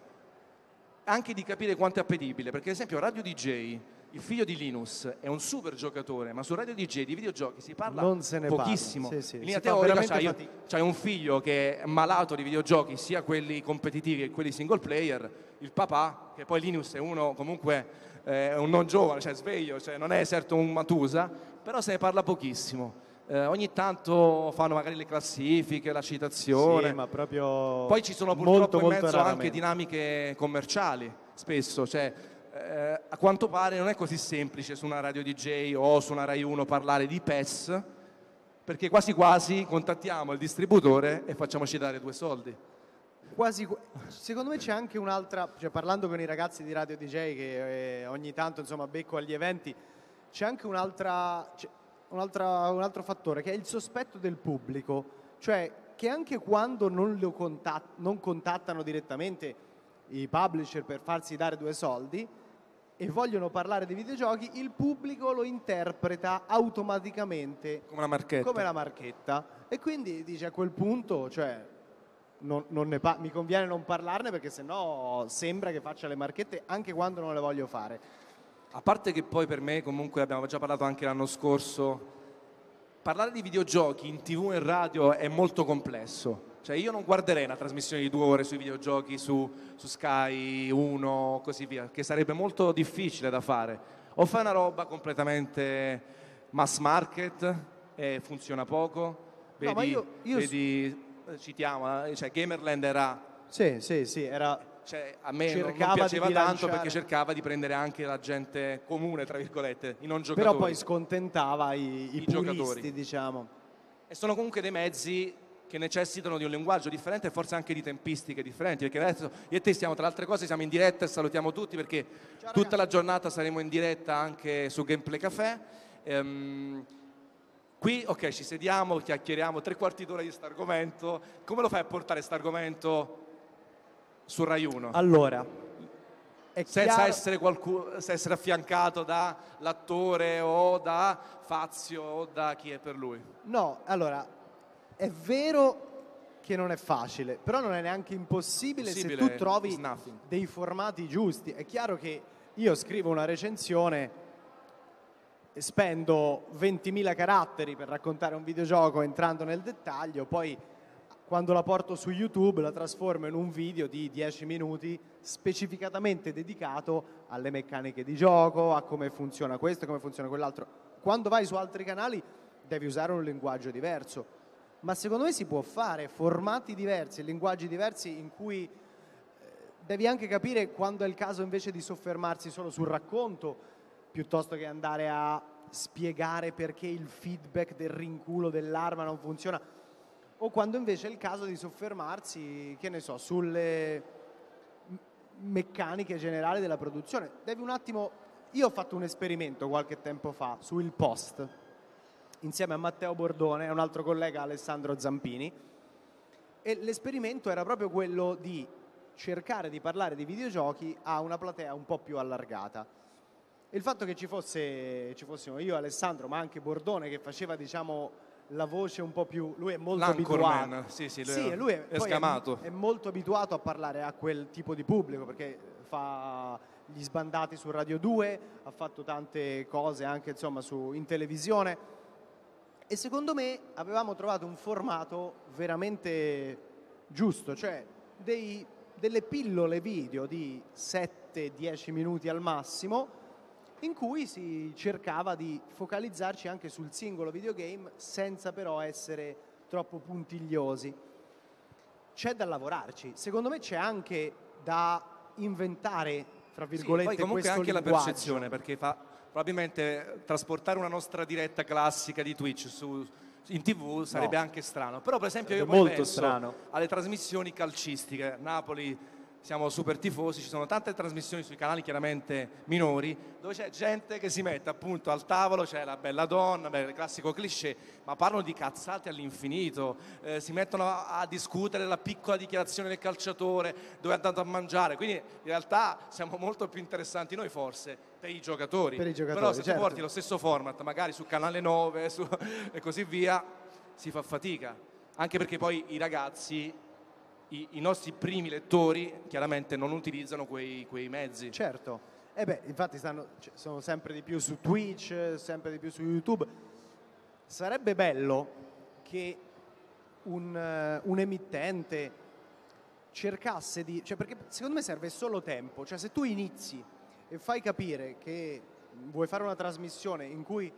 anche di capire quanto è appetibile, perché ad esempio Radio D J, il figlio di Linus, è un super giocatore, ma su Radio D J di videogiochi si parla Non se ne parla, pochissimo. sì, sì, In si linea fa teorica veramente c'hai, fatica. c'hai un figlio che è malato di videogiochi, sia quelli competitivi che quelli single player, il papà, che poi Linus è uno comunque eh, un non giovane, cioè sveglio, cioè non è certo un Matusa, però se ne parla pochissimo. Eh, ogni tanto fanno magari le classifiche, la citazione. Sì, ma proprio Poi ci sono purtroppo molto, in molto mezzo anche raramente. dinamiche commerciali, spesso, cioè eh, a quanto pare non è così semplice su una radio D J o su una Rai uno parlare di P E S, perché quasi quasi contattiamo il distributore e facciamoci dare due soldi. Quasi, qu- secondo me c'è anche un'altra, cioè parlando con i ragazzi di Radio D J che eh, ogni tanto insomma becco agli eventi, c'è anche un'altra, c'è un'altra- un altro fattore che è il sospetto del pubblico, cioè che anche quando non, lo contat- non contattano direttamente i publisher per farsi dare due soldi, e vogliono parlare di videogiochi, il pubblico lo interpreta automaticamente come la marchetta. come la marchetta. E quindi dice, a quel punto, cioè, non, non ne pa- mi conviene non parlarne, perché sennò sembra che faccia le marchette anche quando non le voglio fare. A parte che poi per me, comunque abbiamo già parlato anche l'anno scorso, parlare di videogiochi in tivù e in radio è molto complesso. Cioè io non guarderei una trasmissione di due ore sui videogiochi su, su Sky uno, così via, che sarebbe molto difficile da fare. O fai una roba completamente mass market e funziona poco. Vedi, No, ma io- io vedi citiamo, eh, cioè Gamerland era... Sì, sì, sì, era... Cioè, a me non- non cercava di piaceva tanto bilanciare. perché cercava di prendere anche la gente comune, tra virgolette, i non giocatori. Però poi scontentava i, i I puristi, giocatori. diciamo. E sono comunque dei mezzi che necessitano di un linguaggio differente e forse anche di tempistiche differenti, perché adesso io e te stiamo, tra le altre cose, siamo in diretta e salutiamo tutti, perché Ciao, tutta ragazzi. la giornata saremo in diretta anche su Gameplay Café. Ehm, qui, ok, ci sediamo, chiacchieriamo tre quarti d'ora di questo argomento. Come lo fai a portare questo argomento su Rai uno? Allora, è Senza chiaro- essere, qualcuno, senza essere affiancato dall'attore o da Fazio o da chi è per lui. No, allora, è vero che non è facile, però non è neanche impossibile, Possibile, se tu trovi is nothing. dei formati giusti. È chiaro che io scrivo una recensione e spendo ventimila caratteri per raccontare un videogioco entrando nel dettaglio, poi quando la porto su YouTube la trasformo in un video di dieci minuti specificatamente dedicato alle meccaniche di gioco, a come funziona questo, come funziona quell'altro. Quando vai su altri canali devi usare un linguaggio diverso, ma secondo me si può fare formati diversi, linguaggi diversi, in cui eh, devi anche capire quando è il caso invece di soffermarsi solo sul racconto, piuttosto che andare a spiegare perché il feedback del rinculo dell'arma non funziona, o quando invece è il caso di soffermarsi, che ne so, sulle m- meccaniche generali della produzione. Devi un attimo... Io ho fatto un esperimento qualche tempo fa su Il Post, insieme a Matteo Bordone e un altro collega, Alessandro Zampini, e l'esperimento era proprio quello di cercare di parlare di videogiochi a una platea un po' più allargata. Il fatto che ci fosse, ci fossimo io, Alessandro, ma anche Bordone, che faceva, diciamo, la voce un po' più... Lui è molto L'Anchorman, abituato. sì, sì, lui Sì, è- lui è, è poi scamato. È, è molto abituato a parlare a quel tipo di pubblico, perché fa gli sbandati su Radio due, ha fatto tante cose anche, insomma, su, in televisione. E secondo me avevamo trovato un formato veramente giusto, cioè dei- delle pillole video di sette dieci minuti al massimo, in cui si cercava di focalizzarci anche sul singolo videogame senza però essere troppo puntigliosi. C'è da lavorarci, secondo me c'è anche da inventare, fra Sì, virgolette, poi comunque questo anche la linguaggio. percezione, perché fa probabilmente trasportare una nostra diretta classica di Twitch su, in tivù sarebbe No. anche strano. Però per esempio io Sarebbe poi molto penso strano. alle trasmissioni calcistiche. Napoli siamo super tifosi, ci sono tante trasmissioni sui canali chiaramente minori dove c'è gente che si mette appunto al tavolo, c'è la bella donna, beh, il classico cliché, ma parlano di cazzate all'infinito, eh, si mettono a, a discutere la piccola dichiarazione del calciatore dove è andato a mangiare, quindi in realtà siamo molto più interessanti noi forse per i giocatori, Per i giocatori, però se certo. tu porti lo stesso format magari su Canale nove su, e così via si fa fatica, anche perché poi i ragazzi, i, i nostri primi lettori chiaramente non utilizzano quei, quei mezzi. Certo, e beh, infatti stanno, cioè, sono sempre di più su Twitch, sempre di più su YouTube. Sarebbe bello che un, eh, un emittente cercasse di... Cioè, perché secondo me serve solo tempo. Cioè, se tu inizi e fai capire che vuoi fare una trasmissione in cui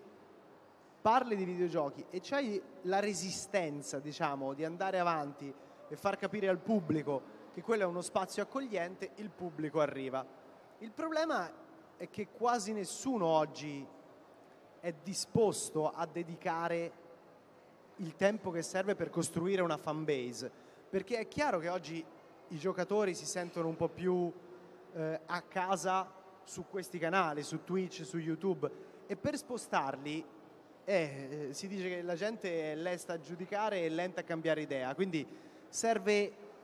parli di videogiochi e c'hai la resistenza, diciamo, di andare avanti e far capire al pubblico che quello è uno spazio accogliente, il pubblico arriva. Il problema è che quasi nessuno oggi è disposto a dedicare il tempo che serve per costruire una fan base, perché è chiaro che oggi i giocatori si sentono un po' più eh, a casa su questi canali, su Twitch, su YouTube, e per spostarli eh, si dice che la gente è lesta a giudicare e lenta a cambiare idea, quindi serve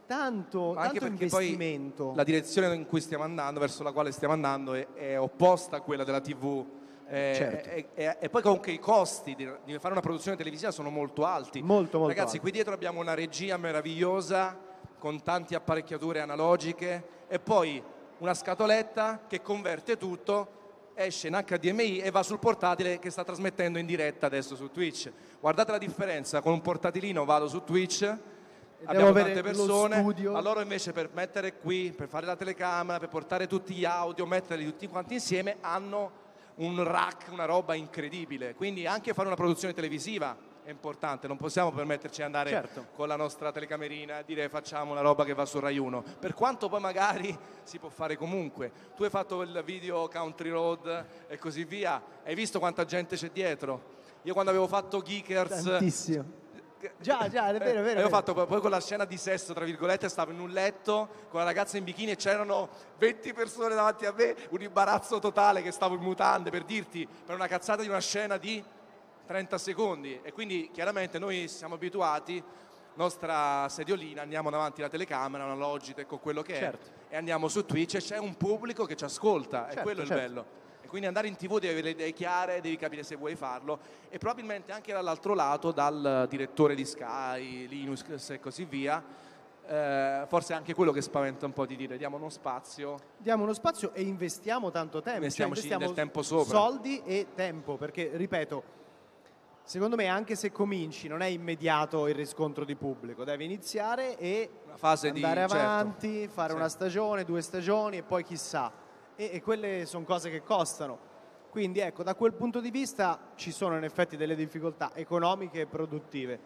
tanto, Ma anche tanto perché investimento. poi la direzione in cui stiamo andando, verso la quale stiamo andando, è, è opposta a quella della tivù. Eh, Certo. e, e- e poi comunque i costi di, di fare una produzione televisiva sono molto alti. Molto, molto Ragazzi, alti. qui dietro abbiamo una regia meravigliosa con tante apparecchiature analogiche e poi una scatoletta che converte tutto, esce in H D M I e va sul portatile che sta trasmettendo in diretta adesso su Twitch. Guardate la differenza, con un portatilino vado su Twitch, abbiamo avere tante lo persone, studio. ma loro invece per mettere qui, per fare la telecamera, per portare tutti gli audio, metterli tutti quanti insieme, hanno un rack, una roba incredibile. Quindi anche fare una produzione televisiva è importante, non possiamo permetterci di andare Certo. con la nostra telecamerina e dire facciamo una roba che va su Rai uno, per quanto poi magari si può fare comunque. Tu hai fatto il video Country Road e così via, hai visto quanta gente c'è dietro? Io quando avevo fatto Geekers... Tantissimo. Già, già, è vero, è vero. Eh, è avevo vero. fatto poi con la scena di sesso, tra virgolette, stavo in un letto con la ragazza in bikini e c'erano venti persone davanti a me, un imbarazzo totale che stavo in mutande, per dirti, per una cazzata di una scena di trenta secondi. E quindi chiaramente noi siamo abituati, nostra sediolina, andiamo davanti alla telecamera, una Logitech o quello che Certo. è, e andiamo su Twitch e c'è un pubblico che ci ascolta, Certo, e quello è certo. il bello. Quindi andare in tivù devi avere le idee chiare, devi capire se vuoi farlo, e probabilmente anche dall'altro lato, dal direttore di Sky, Linus e così via, eh, forse è anche quello che spaventa un po' di dire diamo uno spazio. Diamo uno spazio e investiamo tanto tempo. Investiamoci cioè del tempo sopra. Soldi e tempo, perché ripeto, secondo me anche se cominci non è immediato il riscontro di pubblico, devi iniziare e Una fase di- andare certo. avanti, fare Sì. una stagione, due stagioni e poi chissà. E, e quelle sono cose che costano. Quindi ecco, da quel punto di vista ci sono in effetti delle difficoltà economiche e produttive.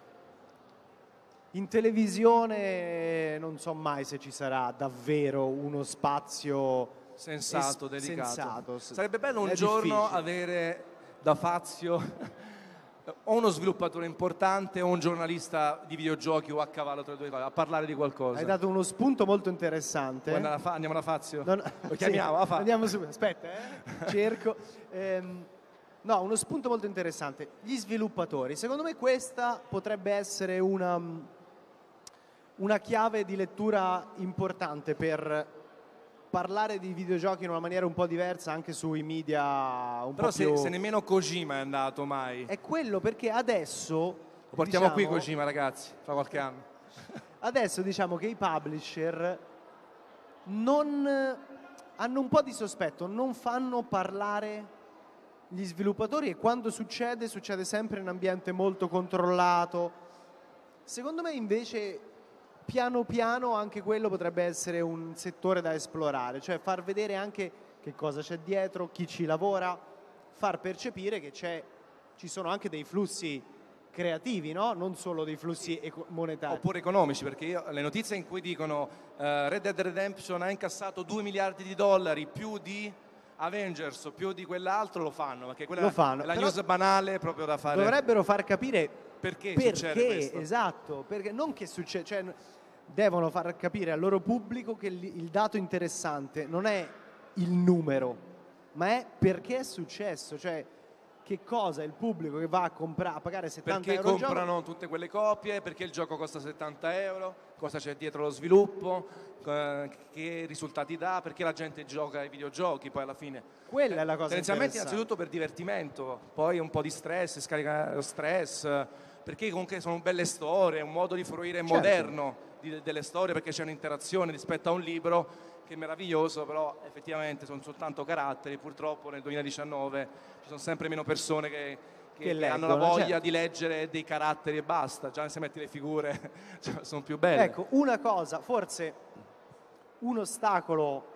In televisione non so mai se ci sarà davvero uno spazio Sensato, es- dedicato. sensato. Sarebbe bello un È giorno difficile. avere da Fazio o uno sviluppatore importante o un giornalista di videogiochi o a cavallo tra le due cose, a parlare di qualcosa. Hai dato uno spunto molto interessante. Vuoi andare a Fa- andiamo da Fazio? Non- Lo sì, chiamiamo? a Fa- andiamo su. Aspetta, eh. Cerco. Ehm, no, uno spunto molto interessante. Gli sviluppatori. Secondo me questa potrebbe essere una, una chiave di lettura importante per parlare di videogiochi in una maniera un po' diversa anche sui media un Però po' se, più... se nemmeno Kojima è andato mai. È quello, perché adesso... Lo portiamo qui diciamo, Kojima, ragazzi, fra qualche anno. Adesso diciamo che i publisher non hanno un po' di sospetto, non fanno parlare gli sviluppatori, e quando succede, succede sempre in un ambiente molto controllato. Secondo me invece piano piano anche quello potrebbe essere un settore da esplorare, cioè far vedere anche che cosa c'è dietro, chi ci lavora, far percepire che c'è, ci sono anche dei flussi creativi, no? Non solo dei flussi eco- monetari. Oppure economici, perché io, le notizie in cui dicono eh, Red Dead Redemption ha incassato due miliardi di dollari, più di Avengers o più di quell'altro, lo fanno, perché quella Lo fanno, è la però news banale proprio da fare. Dovrebbero far capire Perché, perché, succede questo? esatto, perché non che succede, cioè devono far capire al loro pubblico che il, il dato interessante non è il numero, ma è perché è successo, cioè che cosa il pubblico che va a comprare, a pagare settanta Perché euro il gioco- comprano tutte quelle copie, perché il gioco costa settanta euro, cosa c'è dietro lo sviluppo, eh, che risultati dà, perché la gente gioca ai videogiochi poi alla fine. Quella è la cosa Tendenzialmente interessante. innanzitutto per divertimento, poi un po' di stress, scarica lo stress, perché comunque sono belle storie, un modo di fruire Certo. moderno di- delle storie, perché c'è un'interazione rispetto a un libro che è meraviglioso, però effettivamente sono soltanto caratteri. Purtroppo nel duemiladiciannove ci sono sempre meno persone che, che- Che che hanno la leggono, voglia certo. di leggere dei caratteri e basta, già se metti le figure cioè, sono più belle. Ecco, una cosa, forse un ostacolo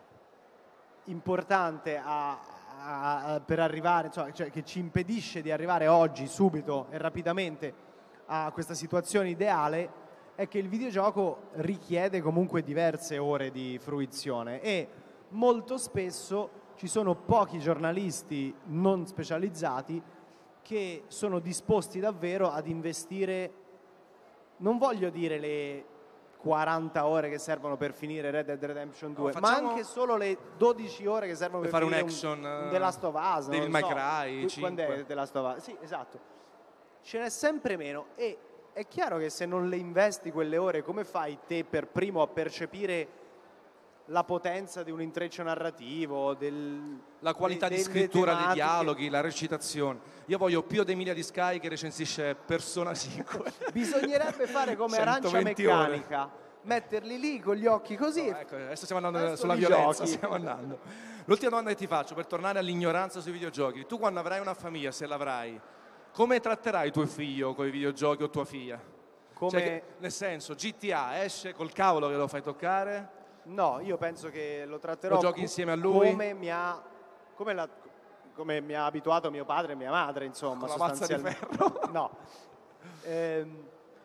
importante a- a- a- per arrivare, insomma, cioè, che ci impedisce di arrivare oggi, subito e rapidamente a questa situazione ideale, è che il videogioco richiede comunque diverse ore di fruizione e molto spesso ci sono pochi giornalisti non specializzati che sono disposti davvero ad investire, non voglio dire le quaranta ore che servono per finire Red Dead Redemption due, No, ma facciamo- anche solo le dodici ore che servono Per per, fare un finire action, un, un eh, The Last of Us, non Devil lo May so. Cry, Qu- quando è cinque. The Last of Us? Sì, esatto. Ce n'è sempre meno e è chiaro che se non le investi quelle ore, come fai te per primo a percepire la potenza di un intreccio narrativo, del, la qualità de, di delle scrittura dei tematiche. dialoghi, la recitazione. Io voglio Pio D'Emilia di Sky che recensisce Persona cinque. Bisognerebbe fare come Arancia Meccanica, ore. metterli lì con gli occhi così. No, ecco, adesso stiamo andando adesso sulla violenza, giochi. stiamo andando. L'ultima domanda che ti faccio, per tornare all'ignoranza sui videogiochi. Tu quando avrai una famiglia, se l'avrai, come tratterai tuo figlio con i videogiochi o tua figlia? Come... Cioè che, nel senso, G T A esce col cavolo che lo fai toccare? No, io penso che lo tratterò lo giochi co- insieme a lui? Come mi ha, come la, come mi ha abituato mio padre e mia madre, insomma. Con la mazza di ferro? No. Ehm,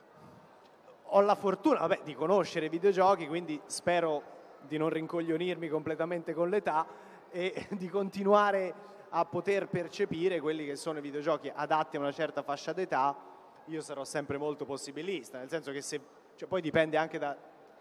ho la fortuna, vabbè, di conoscere i videogiochi, quindi spero di non rincoglionirmi completamente con l'età e di continuare a poter percepire quelli che sono i videogiochi adatti a una certa fascia d'età. Io sarò sempre molto possibilista, nel senso che se, cioè, poi dipende anche da,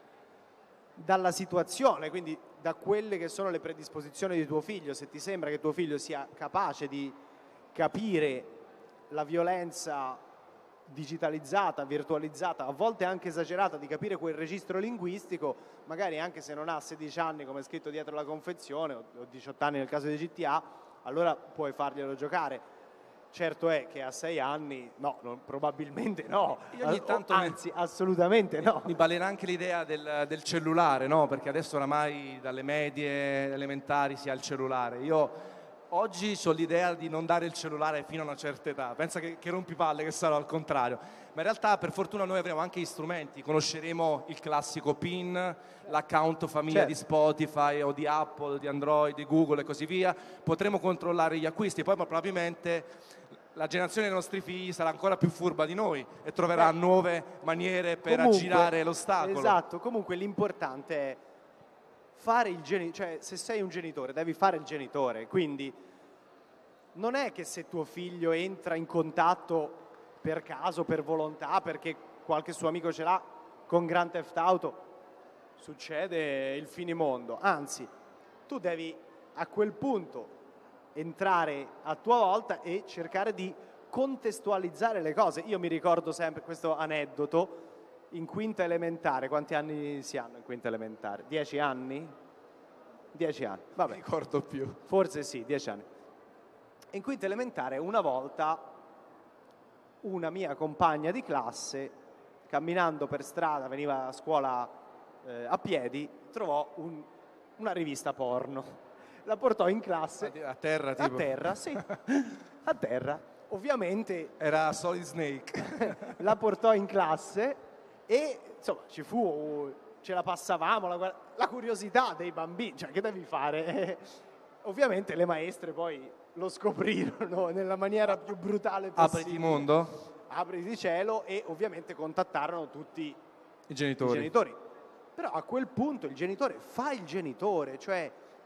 dalla situazione, quindi da quelle che sono le predisposizioni di tuo figlio. Se ti sembra che tuo figlio sia capace di capire la violenza digitalizzata, virtualizzata, a volte anche esagerata, di capire quel registro linguistico, magari anche se non ha sedici anni come è scritto dietro la confezione o diciotto anni nel caso di G T A, allora puoi farglielo giocare. Certo è che a sei anni no, non, probabilmente no. Io ogni tanto anzi mi, assolutamente no. Mi balena anche l'idea del, del cellulare, no? Perché adesso oramai dalle medie elementari si ha il cellulare. Io oggi ho l'idea di non dare il cellulare fino a una certa età. Pensa che, che rompipalle che sarò al contrario. Ma in realtà per fortuna noi avremo anche gli strumenti, conosceremo il classico PIN, l'account famiglia certo. di Spotify o di Apple, di Android, di Google e così via. Potremo controllare gli acquisti, poi probabilmente la generazione dei nostri figli sarà ancora più furba di noi e troverà Beh, nuove maniere per comunque, aggirare l'ostacolo. Esatto, comunque l'importante è fare il genitore, cioè se sei un genitore devi fare il genitore, quindi non è che se tuo figlio entra in contatto per caso, per volontà, perché qualche suo amico ce l'ha con Grand Theft Auto, succede il finimondo, anzi tu devi a quel punto entrare a tua volta e cercare di contestualizzare le cose. Io mi ricordo sempre questo aneddoto in quinta elementare. Quanti anni si hanno in quinta elementare? Dieci anni? Dieci anni, vabbè. Non ricordo più. Forse sì, dieci anni. In quinta elementare una volta una mia compagna di classe, camminando per strada, veniva a scuola eh, a piedi, trovò un, una rivista porno. La portò in classe. A terra, tipo? A terra, sì. A terra. Ovviamente... Era Solid Snake. La portò in classe e, insomma, ci fu... Ce la passavamo, la, la curiosità dei bambini. Cioè, che devi fare? Ovviamente le maestre poi lo scoprirono nella maniera più brutale possibile. Apriti mondo? Apriti cielo, e ovviamente contattarono tutti i genitori. i genitori. Però a quel punto il genitore fa il genitore, cioè...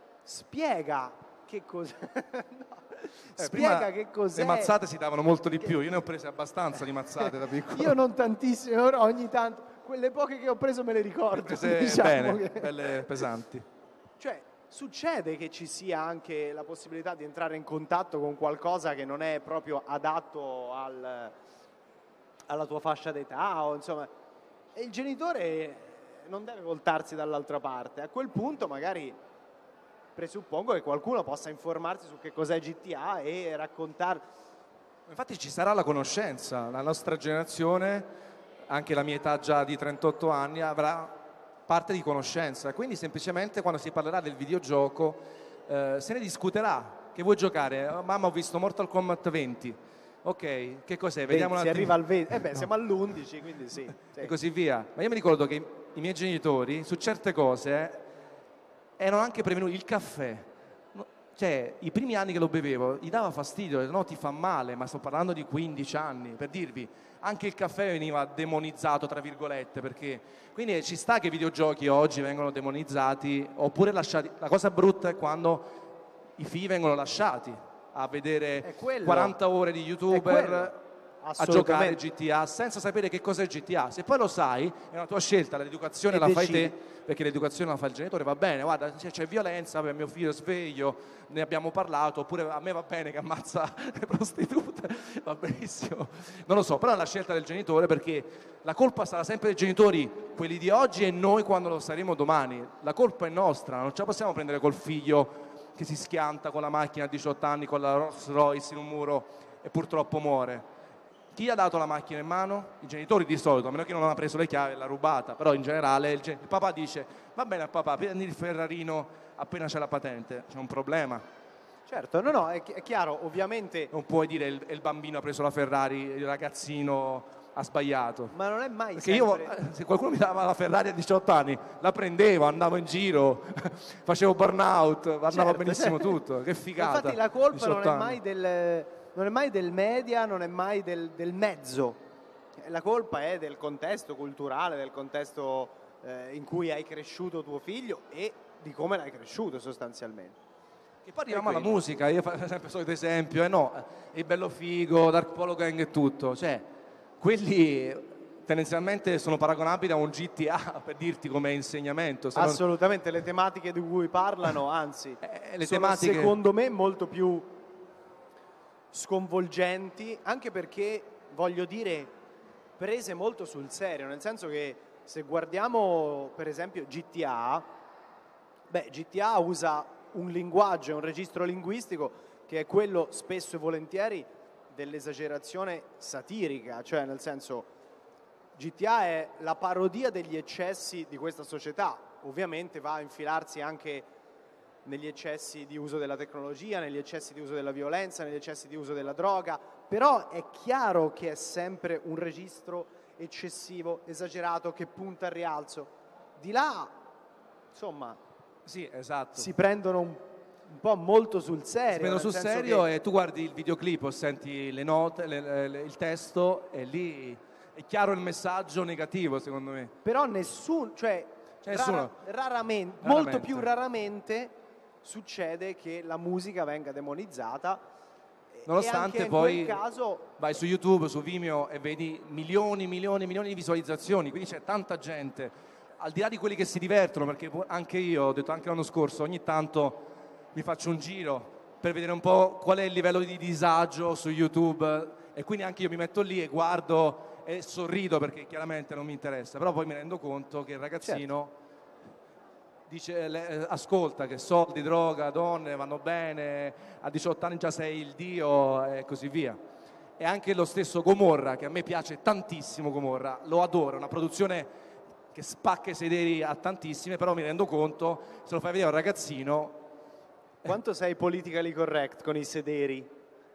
spiega che cos'è. no. eh, Spiega che cos'è. Le mazzate si davano molto di più, io ne ho prese abbastanza di mazzate da piccolo. Io non tantissime, però ogni tanto quelle poche che ho preso me le ricordo. Prese diciamo bene, che... belle pesanti. Cioè, succede che ci sia anche la possibilità di entrare in contatto con qualcosa che non è proprio adatto al, alla tua fascia d'età, o insomma, e il genitore non deve voltarsi dall'altra parte. A quel punto magari presuppongo che qualcuno possa informarsi su che cos'è G T A e raccontare. Infatti ci sarà la conoscenza, la nostra generazione, anche la mia età già di trentotto anni, avrà parte di conoscenza, quindi semplicemente quando si parlerà del videogioco eh, se ne discuterà. Che vuoi giocare? Oh, mamma, ho visto Mortal Kombat venti. Ok, che cos'è? Vediamo un si attimo. arriva al venti, eh beh, no. Siamo all'undici, quindi sì, sì. E così via. Ma io mi ricordo che i miei genitori su certe cose erano anche prevenuti. Il caffè, no, cioè i primi anni che lo bevevo gli dava fastidio, no, ti fa male, ma sto parlando di quindici anni, per dirvi. Anche il caffè veniva demonizzato, tra virgolette, perché quindi ci sta che i videogiochi oggi vengono demonizzati oppure lasciati. La cosa brutta è quando i figli vengono lasciati a vedere quello, quaranta ore di youtuber a giocare G T A senza sapere che cos'è G T A. Se poi lo sai, è una tua scelta, l'educazione E la fai decidi. te, perché l'educazione la fa il genitore, va bene, guarda, se c'è violenza, per mio figlio è sveglio, ne abbiamo parlato, oppure a me va bene che ammazza le prostitute, va benissimo. Non lo so, però è la scelta del genitore, perché la colpa sarà sempre dei genitori, quelli di oggi, e noi quando lo saremo domani. La colpa è nostra, non ce la possiamo prendere col figlio che si schianta con la macchina a diciotto anni, con la Rolls Royce in un muro e purtroppo muore. Chi gli ha dato la macchina in mano? I genitori di solito, a meno che non ha preso le chiavi e l'ha rubata, però in generale il, gen- il papà dice va bene papà, prendi il Ferrarino appena c'è la patente, c'è un problema. Certo, no, no, è, chi- è chiaro, ovviamente, Non puoi dire il, il bambino ha preso la Ferrari, il ragazzino ha sbagliato. ma non è mai Perché sempre... io, eh, se qualcuno mi dava la Ferrari a diciotto anni, la prendevo, andavo in giro, facevo burnout, andava Certo, benissimo certo. tutto, che figata. Infatti la colpa non diciotto è, anni. mai del, non è mai del media, non è mai del, del mezzo. La colpa è del contesto culturale, del contesto eh, in cui hai cresciuto tuo figlio e di come l'hai cresciuto sostanzialmente. Che poi arriviamo alla quindi- musica, io faccio sempre il solito esempio, e eh no, il Bello Figo, Dark Polo Gang e tutto, cioè, quelli tendenzialmente sono paragonabili a un G T A, per dirti come insegnamento. Se non- Assolutamente, le tematiche di cui parlano, anzi, Eh, le sono tematiche- secondo me molto più sconvolgenti, anche perché, voglio dire, prese molto sul serio, nel senso che se guardiamo per esempio G T A, beh, G T A usa un linguaggio e un registro linguistico che è quello spesso e volentieri dell'esagerazione satirica, cioè nel senso G T A è la parodia degli eccessi di questa società, ovviamente va a infilarsi anche negli eccessi di uso della tecnologia, negli eccessi di uso della violenza, negli eccessi di uso della droga, però è chiaro che è sempre un registro eccessivo, esagerato, che punta al rialzo. Di là, insomma, Sì, esatto. si prendono un, un po' molto sul serio. Si prendono nel sul senso serio che- e tu guardi il videoclip o senti le note, le- le- il testo, e lì è chiaro il messaggio negativo, secondo me. Però nessuno, cioè C'è nessuno. rara- raramente, Raramente. molto più raramente succede che la musica venga demonizzata. e- Nonostante e anche poi in quel caso vai su YouTube, su Vimeo e vedi milioni, milioni, milioni di visualizzazioni, quindi c'è tanta gente, al di là di quelli che si divertono, perché pu- anche io, ho detto anche l'anno scorso, ogni tanto mi faccio un giro per vedere un po' qual è il livello di disagio su YouTube, e quindi anche io mi metto lì e guardo e sorrido perché chiaramente non mi interessa, però poi mi rendo conto che il ragazzino dice, le- eh, ascolta che soldi, droga, donne vanno bene, a diciotto anni già sei il dio e così via. E anche lo stesso Gomorra, che a me piace tantissimo, Gomorra, lo adoro, è una produzione che spacca i sederi a tantissime, però mi rendo conto, se lo fai vedere a un ragazzino, quanto sei politically correct con i sederi?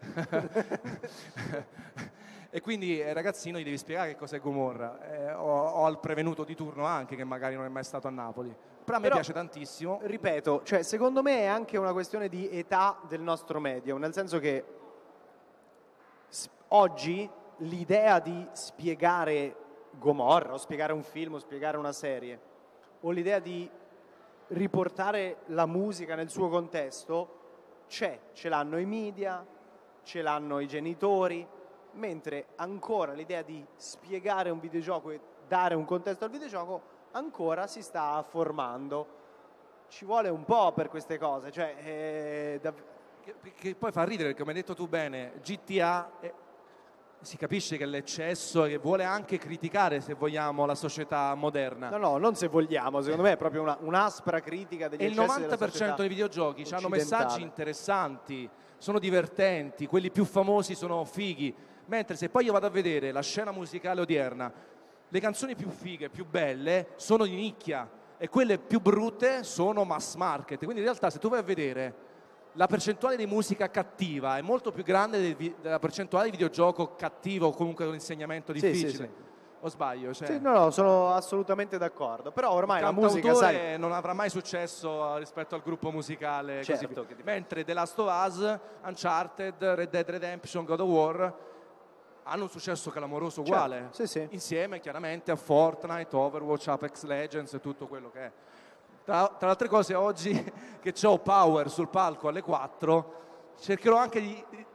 e quindi eh, ragazzino gli devi spiegare che cos'è Gomorra, eh, o, o al prevenuto di turno anche, che magari non è mai stato a Napoli. Però a me Però- piace tantissimo. Ripeto, cioè secondo me è anche una questione di età del nostro medium, nel senso che s- oggi l'idea di spiegare Gomorra o spiegare un film o spiegare una serie o l'idea di riportare la musica nel suo contesto c'è, ce l'hanno i media, ce l'hanno i genitori, mentre ancora l'idea di spiegare un videogioco e dare un contesto al videogioco ancora si sta formando. Ci vuole un po' per queste cose, cioè eh, dav- Che, che poi fa ridere, perché come hai detto tu bene, G T A è- si capisce che è l'eccesso e che vuole anche criticare, se vogliamo, la società moderna. no, no, non se vogliamo, secondo me è proprio una, un'aspra critica degli E il eccessi novanta per della cento società dei videogiochi hanno occidentale. messaggi interessanti, sono divertenti, quelli più famosi sono fighi, mentre se poi io vado a vedere la scena musicale odierna, le canzoni più fighe, più belle, sono di nicchia, e quelle più brutte sono mass market. Quindi in realtà se tu vai a vedere, la percentuale di musica cattiva è molto più grande del vi- della percentuale di videogioco cattivo, o comunque un insegnamento Sì, sì, difficile. sì. O sbaglio? Cioè, Sì, no, no, sono assolutamente d'accordo. Però ormai la musica, sai, cantautore non avrà mai successo rispetto al gruppo musicale, Certo. così via. Mentre The Last of Us, Uncharted, Red Dead Redemption, God of War hanno un successo clamoroso uguale, Certo, sì, sì. insieme chiaramente a Fortnite, Overwatch, Apex Legends e tutto quello che è. Tra, tra le altre cose, oggi che ho Power sul palco alle quattro, cercherò anche di,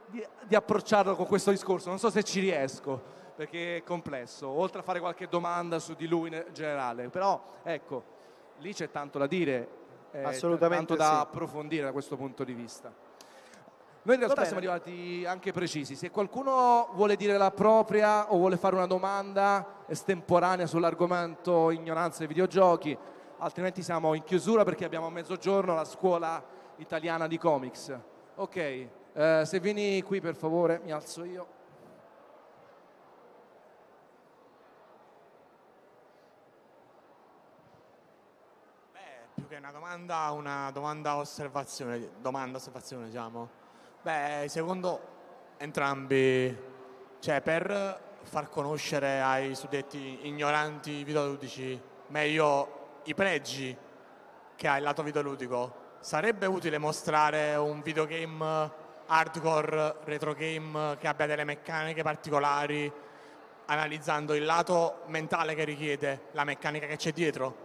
di, di approcciarlo con questo discorso, non so se ci riesco, perché è complesso, oltre a fare qualche domanda su di lui in generale, però ecco, lì c'è tanto da dire, eh, Assolutamente tanto da sì. approfondire da questo punto di vista. Noi in realtà siamo arrivati anche precisi, se qualcuno vuole dire la propria o vuole fare una domanda estemporanea sull'argomento ignoranza dei videogiochi, altrimenti siamo in chiusura perché abbiamo a mezzogiorno la scuola italiana di comics. Ok, eh, se vieni qui per favore, mi alzo io. Beh, più che una domanda, una domanda osservazione, domanda osservazione diciamo. Beh, secondo entrambi, cioè per far conoscere ai suddetti ignoranti videoludici meglio i pregi che ha il lato videoludico, sarebbe utile mostrare un videogame hardcore, retro game, che abbia delle meccaniche particolari, analizzando il lato mentale che richiede, la meccanica che c'è dietro?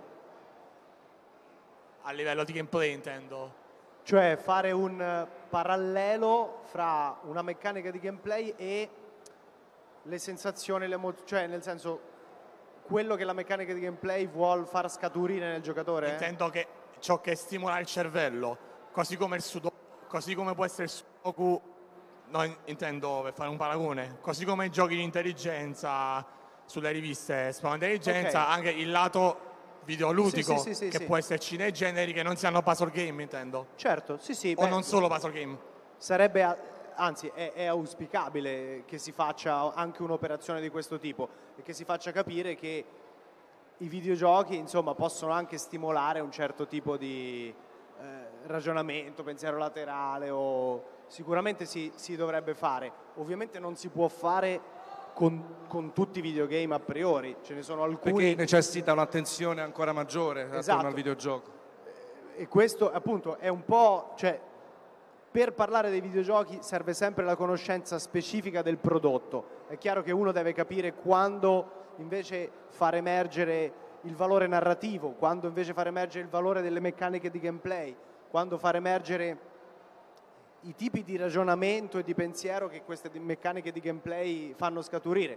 A livello di gameplay intendo. Cioè fare un parallelo fra una meccanica di gameplay e le sensazioni, le emo- cioè nel senso quello che la meccanica di gameplay vuol far scaturire nel giocatore? Intendo che ciò che stimola il cervello, così come il sudoku, così come può essere il sudoku, no, in- intendo per fare un paragone, così come i giochi di intelligenza sulle riviste esplorano intelligenza, Ok. anche il lato videoludico, Sì, sì, sì, sì, che sì. può esserci nei generi che non siano puzzle game, intendo, Certo, sì sì. o beh, non solo puzzle game. Sarebbe, a- anzi è, è auspicabile che si faccia anche un'operazione di questo tipo e che si faccia capire che i videogiochi insomma possono anche stimolare un certo tipo di eh, ragionamento, pensiero laterale o sicuramente si, si dovrebbe fare. Ovviamente non si può fare con, con tutti i videogame a priori, ce ne sono alcuni Perché necessita un'attenzione ancora maggiore attorno Esatto. al videogioco. e questo appunto è un po', cioè per parlare dei videogiochi serve sempre la conoscenza specifica del prodotto. È chiaro che uno deve capire quando invece far emergere il valore narrativo, quando invece far emergere il valore delle meccaniche di gameplay, quando far emergere i tipi di ragionamento e di pensiero che queste di- meccaniche di gameplay fanno scaturire.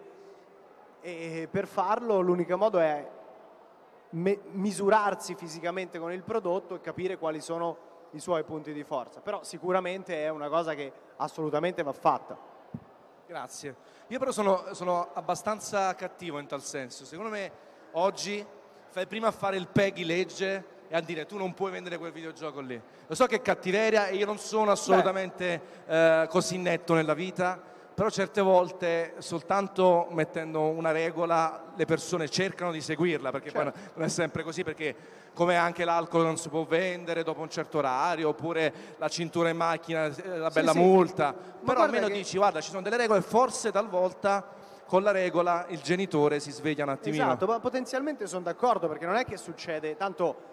E per farlo l'unico modo è me- misurarsi fisicamente con il prodotto e capire quali sono i suoi punti di forza. Però sicuramente è una cosa che assolutamente va fatta. Grazie. Io però sono, sono abbastanza cattivo in tal senso. Secondo me oggi fai prima a fare il Peggy legge e a dire tu non puoi vendere quel videogioco lì. Lo so che è cattiveria e io non sono assolutamente eh, così netto nella vita, però certe volte soltanto mettendo una regola le persone cercano di seguirla, perché Certo. poi non è sempre così, perché come anche l'alcol non si può vendere dopo un certo orario, oppure la cintura in macchina, eh, la Sì, bella sì. multa, Ma però guarda almeno che- dici guarda ci sono delle regole, forse talvolta con la regola il genitore si sveglia un attimino. Esatto, ma potenzialmente sono d'accordo perché non è che succede tanto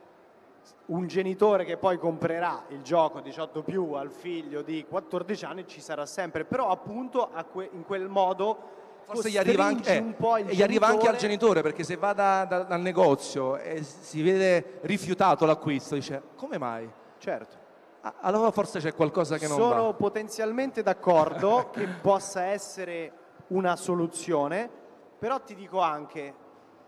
un genitore che poi comprerà il gioco diciotto più al figlio di quattordici anni ci sarà sempre, però appunto a que- in quel modo Forse gli arriva, anche, costringi eh, un po' il e gli arriva anche al genitore- genitore, perché se va da- da- dal negozio e si vede rifiutato l'acquisto, dice come mai? Certo. Ah, allora forse c'è qualcosa che non Sono va. potenzialmente d'accordo che possa essere una soluzione, però ti dico anche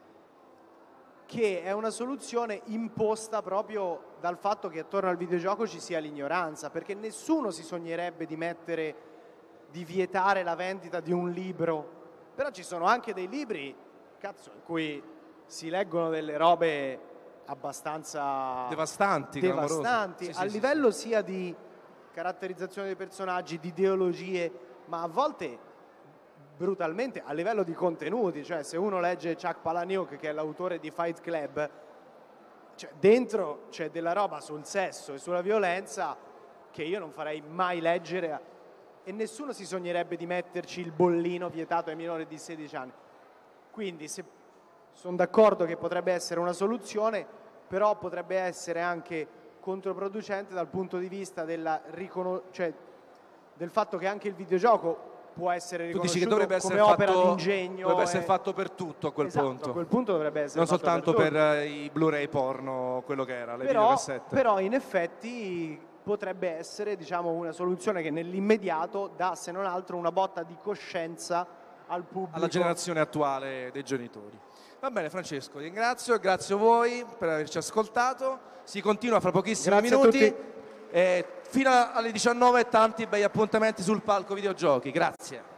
che è una soluzione imposta proprio dal fatto che attorno al videogioco ci sia l'ignoranza, perché nessuno si sognerebbe di mettere, di vietare la vendita di un libro, però ci sono anche dei libri, cazzo, in cui si leggono delle robe abbastanza Devastanti, clamorose. devastanti Sì, sì, a sì, livello sia di caratterizzazione dei personaggi, di ideologie, ma a volte brutalmente a livello di contenuti, cioè se uno legge Chuck Palahniuk che è l'autore di Fight Club, cioè dentro c'è della roba sul sesso e sulla violenza che io non farei mai leggere a- e nessuno si sognerebbe di metterci il bollino vietato ai minori di sedici anni. Quindi se sono d'accordo che potrebbe essere una soluzione, però potrebbe essere anche controproducente dal punto di vista della ricono- cioè, del fatto che anche il videogioco può essere Tu dici riconosciuto che dovrebbe come essere, opera fatto, d'ingegno. dovrebbe essere e- fatto per tutto a quel Esatto, punto. a quel punto dovrebbe essere Non fatto soltanto per per, tutti. eh, i Blu-ray porno, quello che era, le Però, videocassette. però in effetti potrebbe essere, diciamo, una soluzione che nell'immediato dà, se non altro, una botta di coscienza al pubblico. Alla generazione attuale dei genitori. Va bene Francesco, ringrazio e grazie a voi per averci ascoltato. Si continua fra pochissimi Grazie a minuti. tutti. E fino alle diciannove tanti bei appuntamenti sul palco videogiochi. Grazie.